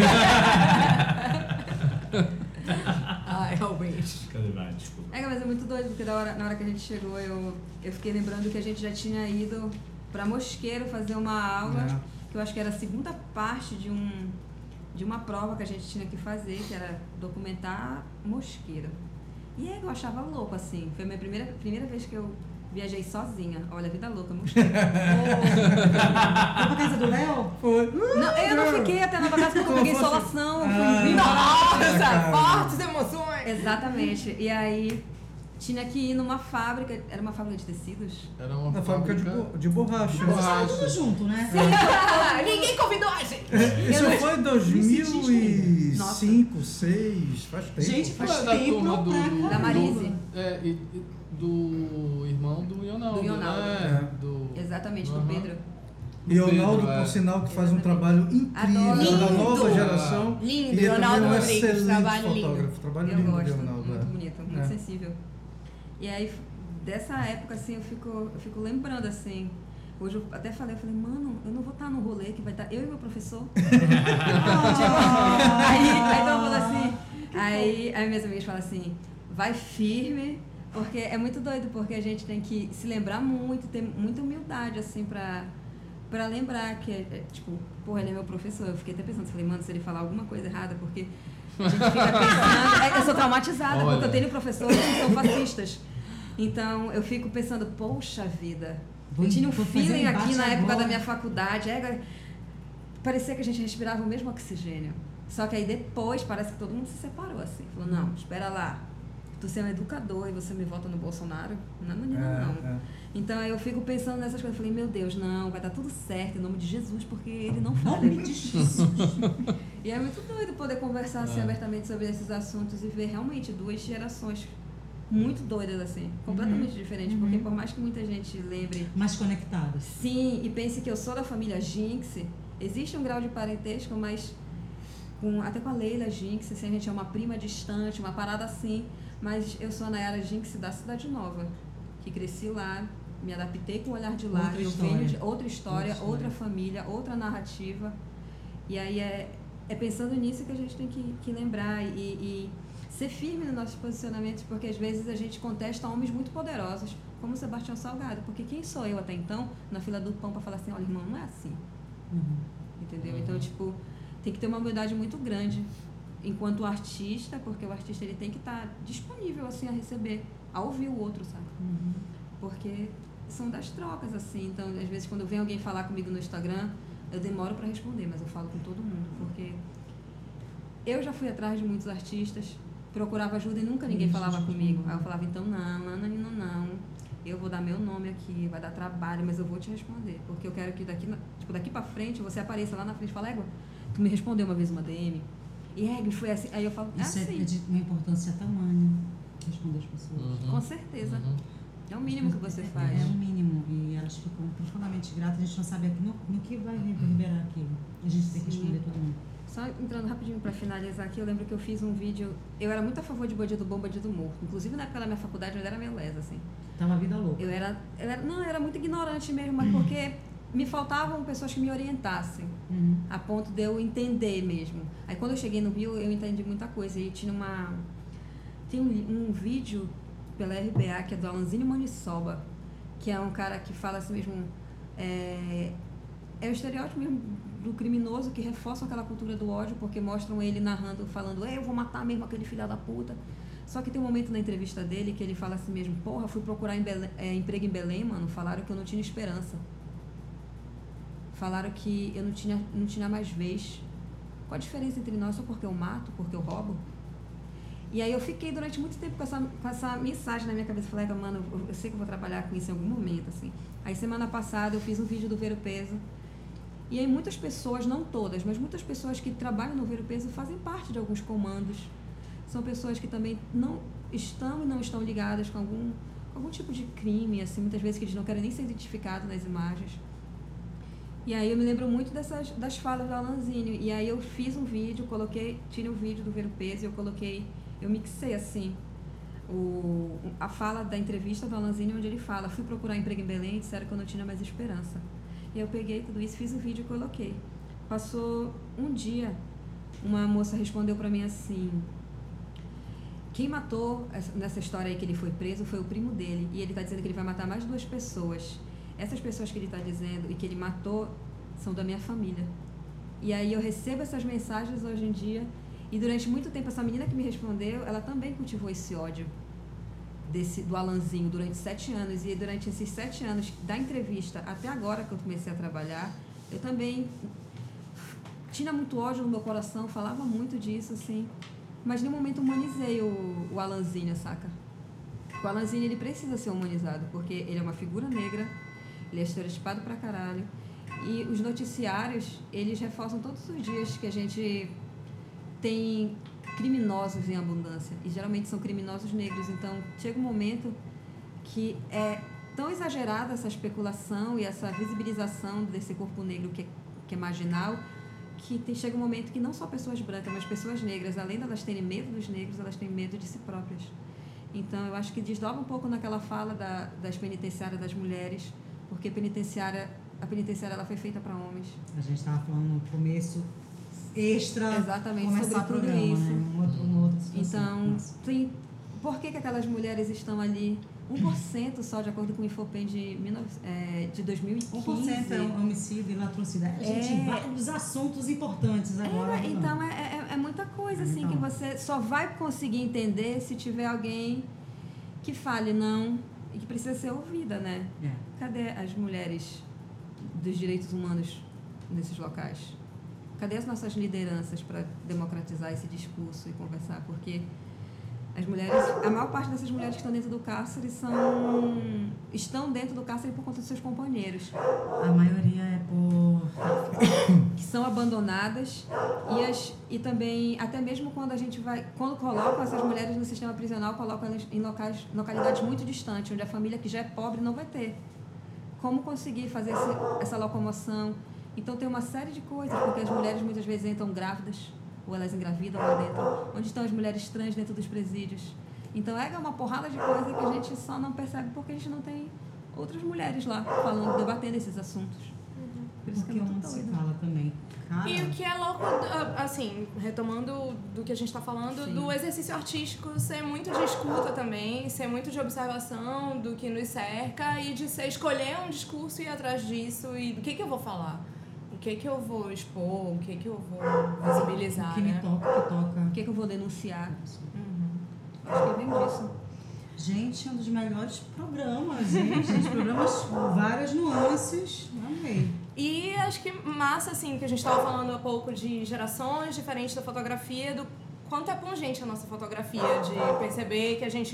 Ai, realmente.
Cadê? Vai, desculpa.
É, mas é muito doido, porque da hora, na hora que a gente chegou, eu, eu fiquei lembrando que a gente já tinha ido pra Mosqueiro fazer uma aula,
É.
que eu acho que era a segunda parte de, um, de uma prova que a gente tinha que fazer, que era documentar Mosqueiro. E aí eu achava louco, assim. Foi a minha primeira, primeira vez que eu viajei sozinha. Olha, vida louca, Mosqueiro.
Foi pra casa do Léo?
Não, eu não fiquei até Nova Casa porque eu peguei insolação, eu
Ah.
fui embora.
Nossa,
cara.
fortes emoções.
Exatamente. E aí tinha que ir numa fábrica, era uma fábrica de tecidos?
Era uma
Na fábrica de,
fábrica
bo- de borracha.
Mas estava tudo junto, né?
Ninguém convidou a gente.
Isso
Eu não-
foi em dois mil e
Nossa.
cinco, dois mil e seis, faz tempo.
Gente,
Foi
faz
da
tempo
turma do,
pra
do,
Da Marise.
do- é, e, e do irmão do Ionaldo.
Do Ionaldo.
Né? Do,
Exatamente, do
Aham.
Pedro.
E o Ronaldo,
Pedro, é.
por sinal, que faz um
Exatamente.
trabalho incrível
Adoro.
da nova
Lindo.
geração.
Lindo,
E é também
Ronaldo
um
Rodrigues,
excelente
trabalho lindo.
fotógrafo. Trabalho
Eu
lindo
gosto,
de Ronaldo.
muito
é.
bonito, muito
É.
sensível. E aí, dessa época, assim, eu fico, eu fico lembrando, assim. Hoje eu até falei, eu falei, mano, eu não vou estar no rolê que vai estar eu e meu professor. aí, aí então eu falo assim, aí, aí minhas amigas falam assim, vai firme, porque é muito doido, porque a gente tem que se lembrar muito, ter muita humildade, assim, pra, pra lembrar que, é, é, tipo, porra, ele é meu professor. Eu fiquei até pensando, falei, mano, se ele falar alguma coisa errada, porque a gente fica pensando, é, eu sou traumatizada,
Olha.
porque eu tenho professores que são fascistas. Então, eu fico pensando, poxa vida,
Vou-
eu tinha um
vou fazer
feeling
embate
aqui na época
agora.
da minha faculdade, é, parecia que a gente respirava o mesmo oxigênio. Só que aí depois parece que todo mundo se separou, assim. Falou, não, espera lá, tu ser um educador e você me vota no Bolsonaro? Não, não, não,
É,
não.
é.
Então aí eu fico pensando nessas coisas, falei, meu Deus, não, vai dar tudo certo em nome de Jesus, porque ele não fala.
Nome de Jesus.
E é muito doido poder conversar assim,
É.
abertamente sobre esses assuntos e ver realmente duas gerações muito doidas, assim, completamente diferentes.
Uhum.
Porque por mais que muita gente lembre,
Mais conectados.
sim, e pense que eu sou da família Jinx, existe um grau de parentesco, mas com, até com a Leila Jinx, assim, a gente é uma prima distante, uma parada assim, mas eu sou a Nayara Jinx da Cidade Nova, que cresci lá, me adaptei com o olhar de lá,
Outra
eu
história.
venho de outra história,
Outra
outra,
história.
família, outra narrativa. E aí é, é pensando nisso que a gente tem que, que lembrar e, e ser firme nos nossos posicionamentos, porque às vezes a gente contesta homens muito poderosos, como o Sebastião Salgado, porque quem sou eu até então, na fila do pão, para falar assim, olha, irmão, não é assim.
Uhum.
Entendeu?
Uhum.
Então, tipo, tem que ter uma humildade muito grande enquanto artista, porque o artista ele tem que estar disponível, assim, a receber, a ouvir o outro, sabe?
Uhum.
Porque são das trocas, assim. Então, às vezes, quando vem alguém falar comigo no Instagram, eu demoro para responder, mas eu falo com todo mundo, porque eu já fui atrás de muitos artistas, procurava ajuda e nunca ninguém
Isso,
falava
gente.
comigo. Aí eu falava, então não, não, não, não, não. Eu vou dar meu nome aqui, vai dar trabalho, mas eu vou te responder. Porque eu quero que daqui, na- tipo, daqui pra frente você apareça lá na frente e fale, Égua, tu me respondeu uma vez uma D M. E Égua, foi assim. Aí eu falo, é
Isso é,
assim.
é de uma importância tamanha, responder as pessoas.
Uhum.
Com certeza.
Uhum.
É o mínimo que você
É-
faz.
É o mínimo. E elas ficam profundamente gratas. A gente não sabe no, no que vai reverberar aquilo. A gente tem que
Sim.
responder todo mundo.
Só entrando rapidinho para finalizar aqui, eu lembro que eu fiz um vídeo, eu era muito a favor de bandido bom, bandido morto. Inclusive na época da minha faculdade eu era meio lesa, assim.
Tava a vida louca.
Eu era, eu era, não, eu era muito ignorante mesmo, mas porque me faltavam pessoas que me orientassem,
Uhum.
a ponto de eu entender mesmo. Aí quando eu cheguei no Rio, eu entendi muita coisa. E tinha uma... Tem um, um vídeo pela R B A, que é do Alanzinho Maniçoba, que é um cara que fala assim mesmo... É, é o estereótipo mesmo do criminoso que reforçam aquela cultura do ódio, porque mostram ele narrando, falando, é, eu vou matar mesmo aquele filho da puta. Só que tem um momento na entrevista dele que ele fala assim mesmo, porra, fui procurar em Belém, é, emprego em Belém, mano, falaram que eu não tinha esperança. Falaram que eu não tinha, não tinha mais vez. Qual a diferença entre nós? Só porque eu mato, porque eu roubo? E aí eu fiquei durante muito tempo com essa, com essa mensagem na minha cabeça. Falei, mano, eu, eu sei que eu vou trabalhar com isso em algum momento, assim. Aí semana passada eu fiz um vídeo do Ver o Peso. E aí muitas pessoas, não todas, mas muitas pessoas que trabalham no Ver o Peso fazem parte de alguns comandos. São pessoas que também não estão e não estão ligadas com algum, com algum tipo de crime, assim, muitas vezes que eles não querem nem ser identificados nas imagens. E aí eu me lembro muito dessas, das falas do Alanzinho. E aí eu fiz um vídeo, coloquei, tirei um vídeo do Ver o Peso e eu coloquei, eu mixei assim, o, a fala da entrevista do Alanzinho, onde ele fala, fui procurar emprego em Belém e disseram que eu não tinha mais esperança. E eu peguei tudo isso, fiz o vídeo e coloquei. Passou um dia, uma moça respondeu pra mim assim, quem matou nessa história aí que ele foi preso foi o primo dele, e ele tá dizendo que ele vai matar mais duas pessoas. Essas pessoas que ele está dizendo e que ele matou são da minha família. E aí eu recebo essas mensagens hoje em dia e durante muito tempo essa menina que me respondeu, ela também cultivou esse ódio desse, do Alanzinho durante sete anos. E durante esses sete anos da entrevista até agora que eu comecei a trabalhar, eu também tinha muito ódio no meu coração, falava muito disso, assim. Mas no momento humanizei o, o Alanzinho, saca? O Alanzinho, ele precisa ser humanizado porque ele é uma figura negra, ele é estereotipado pra caralho. E os noticiários, eles reforçam todos os dias que a gente tem criminosos em abundância. E geralmente são criminosos negros. Então, chega um momento que é tão exagerada essa especulação e essa visibilização desse corpo negro que é, que é marginal, que tem, chega um momento que não só pessoas brancas, mas pessoas negras, além de elas terem medo dos negros, elas têm medo de si próprias. Então, eu acho que desdobra um pouco naquela fala da, das penitenciárias das mulheres, porque penitenciária, a penitenciária ela foi feita para homens.
A gente estava falando no começo extra
exatamente
começar
sobre tudo
programa,
isso.
Né? Uma, outra, uma outra situação.
Então, tem, por que, que aquelas mulheres estão ali? um por cento só, de acordo com o Infopem de, é, de dois mil e quinze.
um por cento é homicídio e latrocidade.
É.
Gente, vários assuntos importantes agora.
É, então, é, é, é muita coisa assim
então.
que você só vai conseguir entender se tiver alguém que fale não e que precisa ser ouvida, né?
É.
Cadê as mulheres dos direitos humanos nesses locais? Cadê as nossas lideranças para democratizar esse discurso e conversar? Porque as mulheres, a maior parte dessas mulheres que estão dentro do cárcere são, estão dentro do cárcere por conta dos seus companheiros.
A maioria é por...
que são abandonadas e, as, e também, até mesmo quando a gente vai, quando colocam essas mulheres no sistema prisional, colocam elas em locais, localidades muito distantes, onde a família que já é pobre não vai ter como conseguir fazer esse, essa locomoção. Então tem uma série de coisas, porque as mulheres muitas vezes entram grávidas, ou elas engravidam lá dentro, onde estão as mulheres trans dentro dos presídios. Então é uma porrada de coisa que a gente só não percebe porque a gente não tem outras mulheres lá falando, debatendo esses assuntos. Por isso
Porque
que é
onde
muito
se
doido.
fala também. Cara,
E o que é louco, assim, retomando do que a gente está falando,
Sim.
do exercício artístico ser muito de escuta também, ser muito de observação do que nos cerca e de ser escolher um discurso e ir atrás disso e do que, que eu vou falar, o que, que eu vou expor, o que, que eu vou visibilizar,
o que
né?
me toca, o que toca.
O que, que eu vou denunciar?
Uhum.
Acho que vem disso.
Gente, é um dos melhores programas, gente. Gente, programas com várias nuances. Amei.
E acho que massa, assim, que a gente estava falando há pouco de gerações diferentes da fotografia, do quanto é pungente a nossa fotografia, de perceber que a gente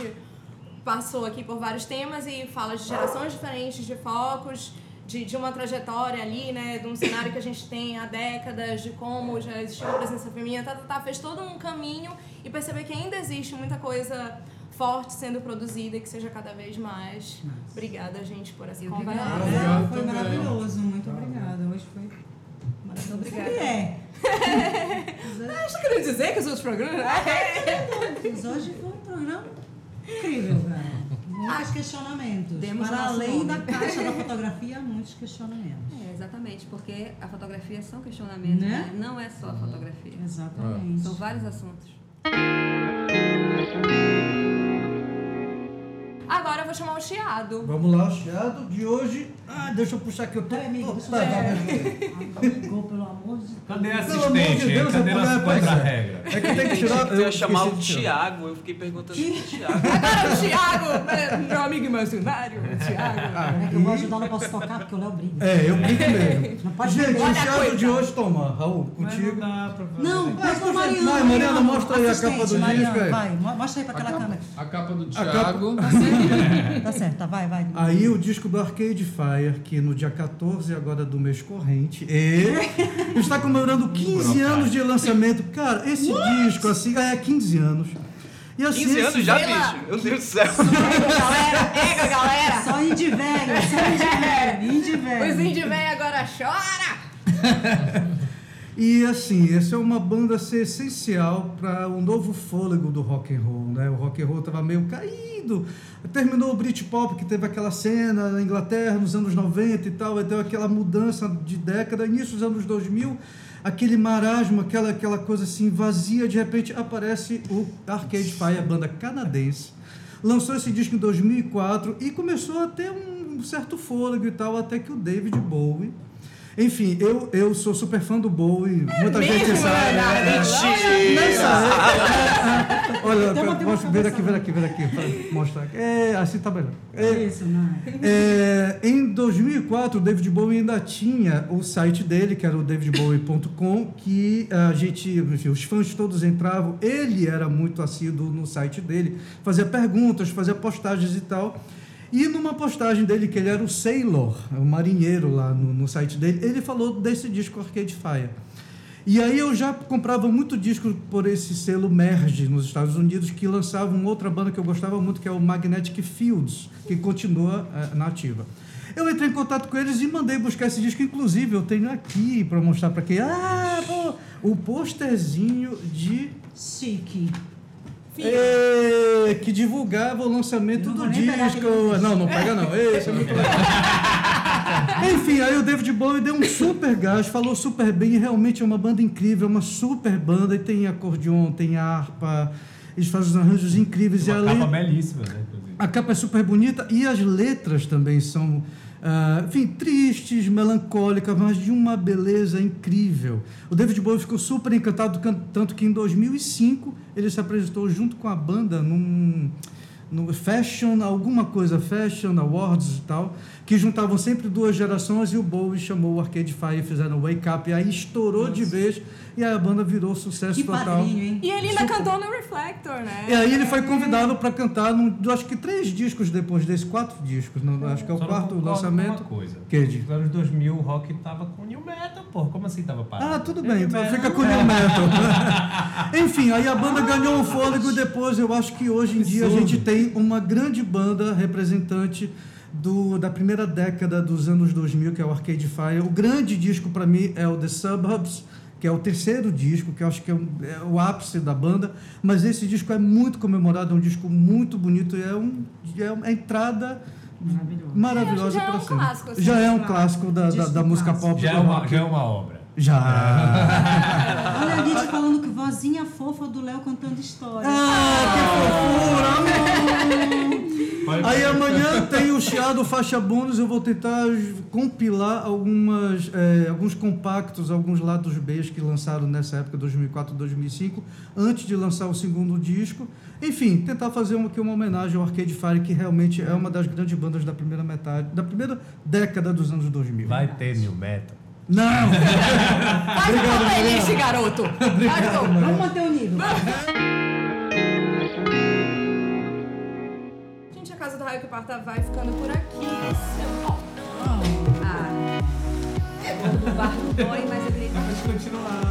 passou aqui por vários temas e fala de gerações diferentes, de focos, de, de uma trajetória ali, né, de um cenário que a gente tem há décadas, de como já existiu a presença feminina, tá, tá, tá, fez todo um caminho e perceber que ainda existe muita coisa forte sendo produzida e que seja cada vez mais.
Nossa.
Obrigada, gente, por essa
Eu que
conversa.
agradeço.
Obrigado
Foi
também.
maravilhoso, muito obrigada. Hoje foi
Obrigada.
Sempre é.
Ah, está querendo dizer que os outros programas...
Mas hoje foi um programa incrível, cara. Muitos questionamentos.
Demos
Para
nosso
além
nome.
da caixa da fotografia, muitos questionamentos.
É, exatamente, porque a fotografia são questionamentos,
Né?
né? Não é só a fotografia.
Exatamente.
São vários assuntos.
Agora eu vou chamar o Chiado.
Vamos lá, o chiado de hoje. Ah, deixa eu puxar aqui. Eu tô...
Peraí, amigo, deixa eu
Vai, vai,
ver.
vai.
Amigo, pelo amor de Deus.
Cadê a
Pelo amor de
assistente?
Deus,
Cadê
eu
a nossa
vou- pois é.
contra-regra?
É que tem que tirar.
Eu ia chamar o
esqueci de tirar.
Thiago, eu fiquei perguntando o Thiago.
Agora o Thiago, né, meu amigo imaginário, o Thiago.
É que eu vou ajudar, não posso tocar porque o Léo briga.
É, eu brinco mesmo.
Não pode
Gente,
beber.
o
Olha a
chiado
coisa.
de hoje, toma, Raul,
Mas
contigo.
não dá pra fazer.
Não, mas pra Mariana.
Vai, Mariana, mostra aí a
Assistente,
capa do
Mariana,
disco aí.
Vai, mo- mostra aí pra
A
aquela
capa,
câmera.
a capa do
A capa-
Thiago.
Tá certo, tá, vai, vai.
Aí o disco do Arcade Fire, que no dia quatorze agora do mês corrente, e está comemorando quinze anos de lançamento. Cara, esse disco, assim, é quinze anos. E assim,
quinze
esse-
anos já,
sei lá.
bicho? Meu Deus do céu.
Pega, galera, pega, galera.
Só indie velho, só indie velho, indie velho.
Os indie véi agora chora.
E assim, essa é uma banda assim, essencial para o novo fôlego do rock and roll, né? O rock and roll estava meio caído. Terminou o Britpop, que teve aquela cena na Inglaterra nos anos noventa e tal, e deu aquela mudança de década. Início dos anos dois mil, aquele marasmo, aquela, aquela coisa assim vazia, de repente aparece o Arcade Fire, a banda canadense. Lançou esse disco em dois mil e quatro e começou a ter um certo fôlego e tal, até que o David Bowie... Enfim, eu, eu sou super fã do Bowie, muita gente
mesmo,
sabe.
Leonardo?
é, é,
Mentira!
não sabe. É, é, olha,
Tem uma- tem uma
mostra, vira
cabeça,
aqui, vira aqui, vira aqui, para mostrar. É, assim tá melhor. É,
Isso, não.
é, em dois mil e quatro, o David Bowie ainda tinha o site dele, que era o david bowie ponto com, que a gente, enfim, os fãs todos entravam. Ele era muito assíduo no site dele, fazia perguntas, fazia postagens e tal. E numa postagem dele, que ele era o sailor, o marinheiro lá no, no site dele, ele falou desse disco Arcade Fire. E aí eu já comprava muito disco por esse selo Merge nos Estados Unidos, que lançava uma outra banda que eu gostava muito, que é o Magnetic Fields, que continua uh, na ativa. Eu entrei em contato com eles e mandei buscar esse disco, inclusive eu tenho aqui para mostrar para quem. Ah, pô, o posterzinho de...
Chique.
É, que divulgava o lançamento
Eu não
do
vou nem pegar
disco.
aquele disco.
Não, não pega não. Esse é muito legal. Enfim, aí o David Bowie deu um super gás, falou super bem, e realmente é uma banda incrível, uma super banda, e tem acordeon, tem harpa, eles fazem os arranjos incríveis.
Uma
e além,
capa belíssima, né? Inclusive.
a capa é super bonita e as letras também são, uh, enfim, tristes, melancólicas, mas de uma beleza incrível. O David Bowie ficou super encantado, tanto que em dois mil e cinco ele se apresentou junto com a banda num... no Fashion, alguma coisa, Fashion Awards e tal, que juntavam sempre duas gerações, e o Bowie chamou o Arcade Fire e fizeram Wake Up, e aí estourou de vez, e a banda virou sucesso
Que
total.
padrinho, hein?
E ele ainda
Super.
cantou no Reflector, né?
E aí ele foi convidado para cantar, num, acho que três discos depois desses, quatro discos, não, acho que é o
Só não
quarto
concordo com
lançamento.
uma coisa.
Que de-
Nos anos dois mil o rock tava com new metal, pô. Como assim tava parado?
Ah, tudo bem,
New
então
metal.
fica com o New Metal. Enfim, aí a banda ganhou um fôlego, e depois eu acho que hoje em dia a gente tem uma grande banda representante do, da primeira década dos anos dois mil, que é o Arcade Fire. O grande disco para mim é o The Suburbs, que é o terceiro disco, que eu acho que é, um, é o ápice da banda, mas esse disco é muito comemorado, é um disco muito bonito, e é, um, é uma entrada
Maravilhoso.
maravilhosa
Já é um
para sempre.
clássico, assim,
Já é um
claro.
clássico da, da,
Disco
da música
clássico.
pop.
Já
do
é uma,
rock.
já é uma obra.
Já.
Olha a gente falando que vozinha fofa do Léo contando história.
Ah, que fofura!
Pode-
Aí amanhã tem o Chiado Faixa Bônus, eu vou tentar compilar algumas, é, alguns compactos, alguns lados B que lançaram nessa época, dois mil e quatro, dois mil e cinco, antes de lançar o segundo disco. Enfim, tentar fazer uma, aqui uma homenagem ao Arcade Fire, que realmente é uma das grandes bandas da primeira metade, da primeira década dos anos dois mil.
Vai ter new metal.
Não!
Faz uma playlist, garoto. Faz uma-
Vamos manter o nível.
Gente, a Casa do Raio que Parta vai ficando por aqui.
Ah, é bom do bar do boy, mas eu queria
Pode continuar.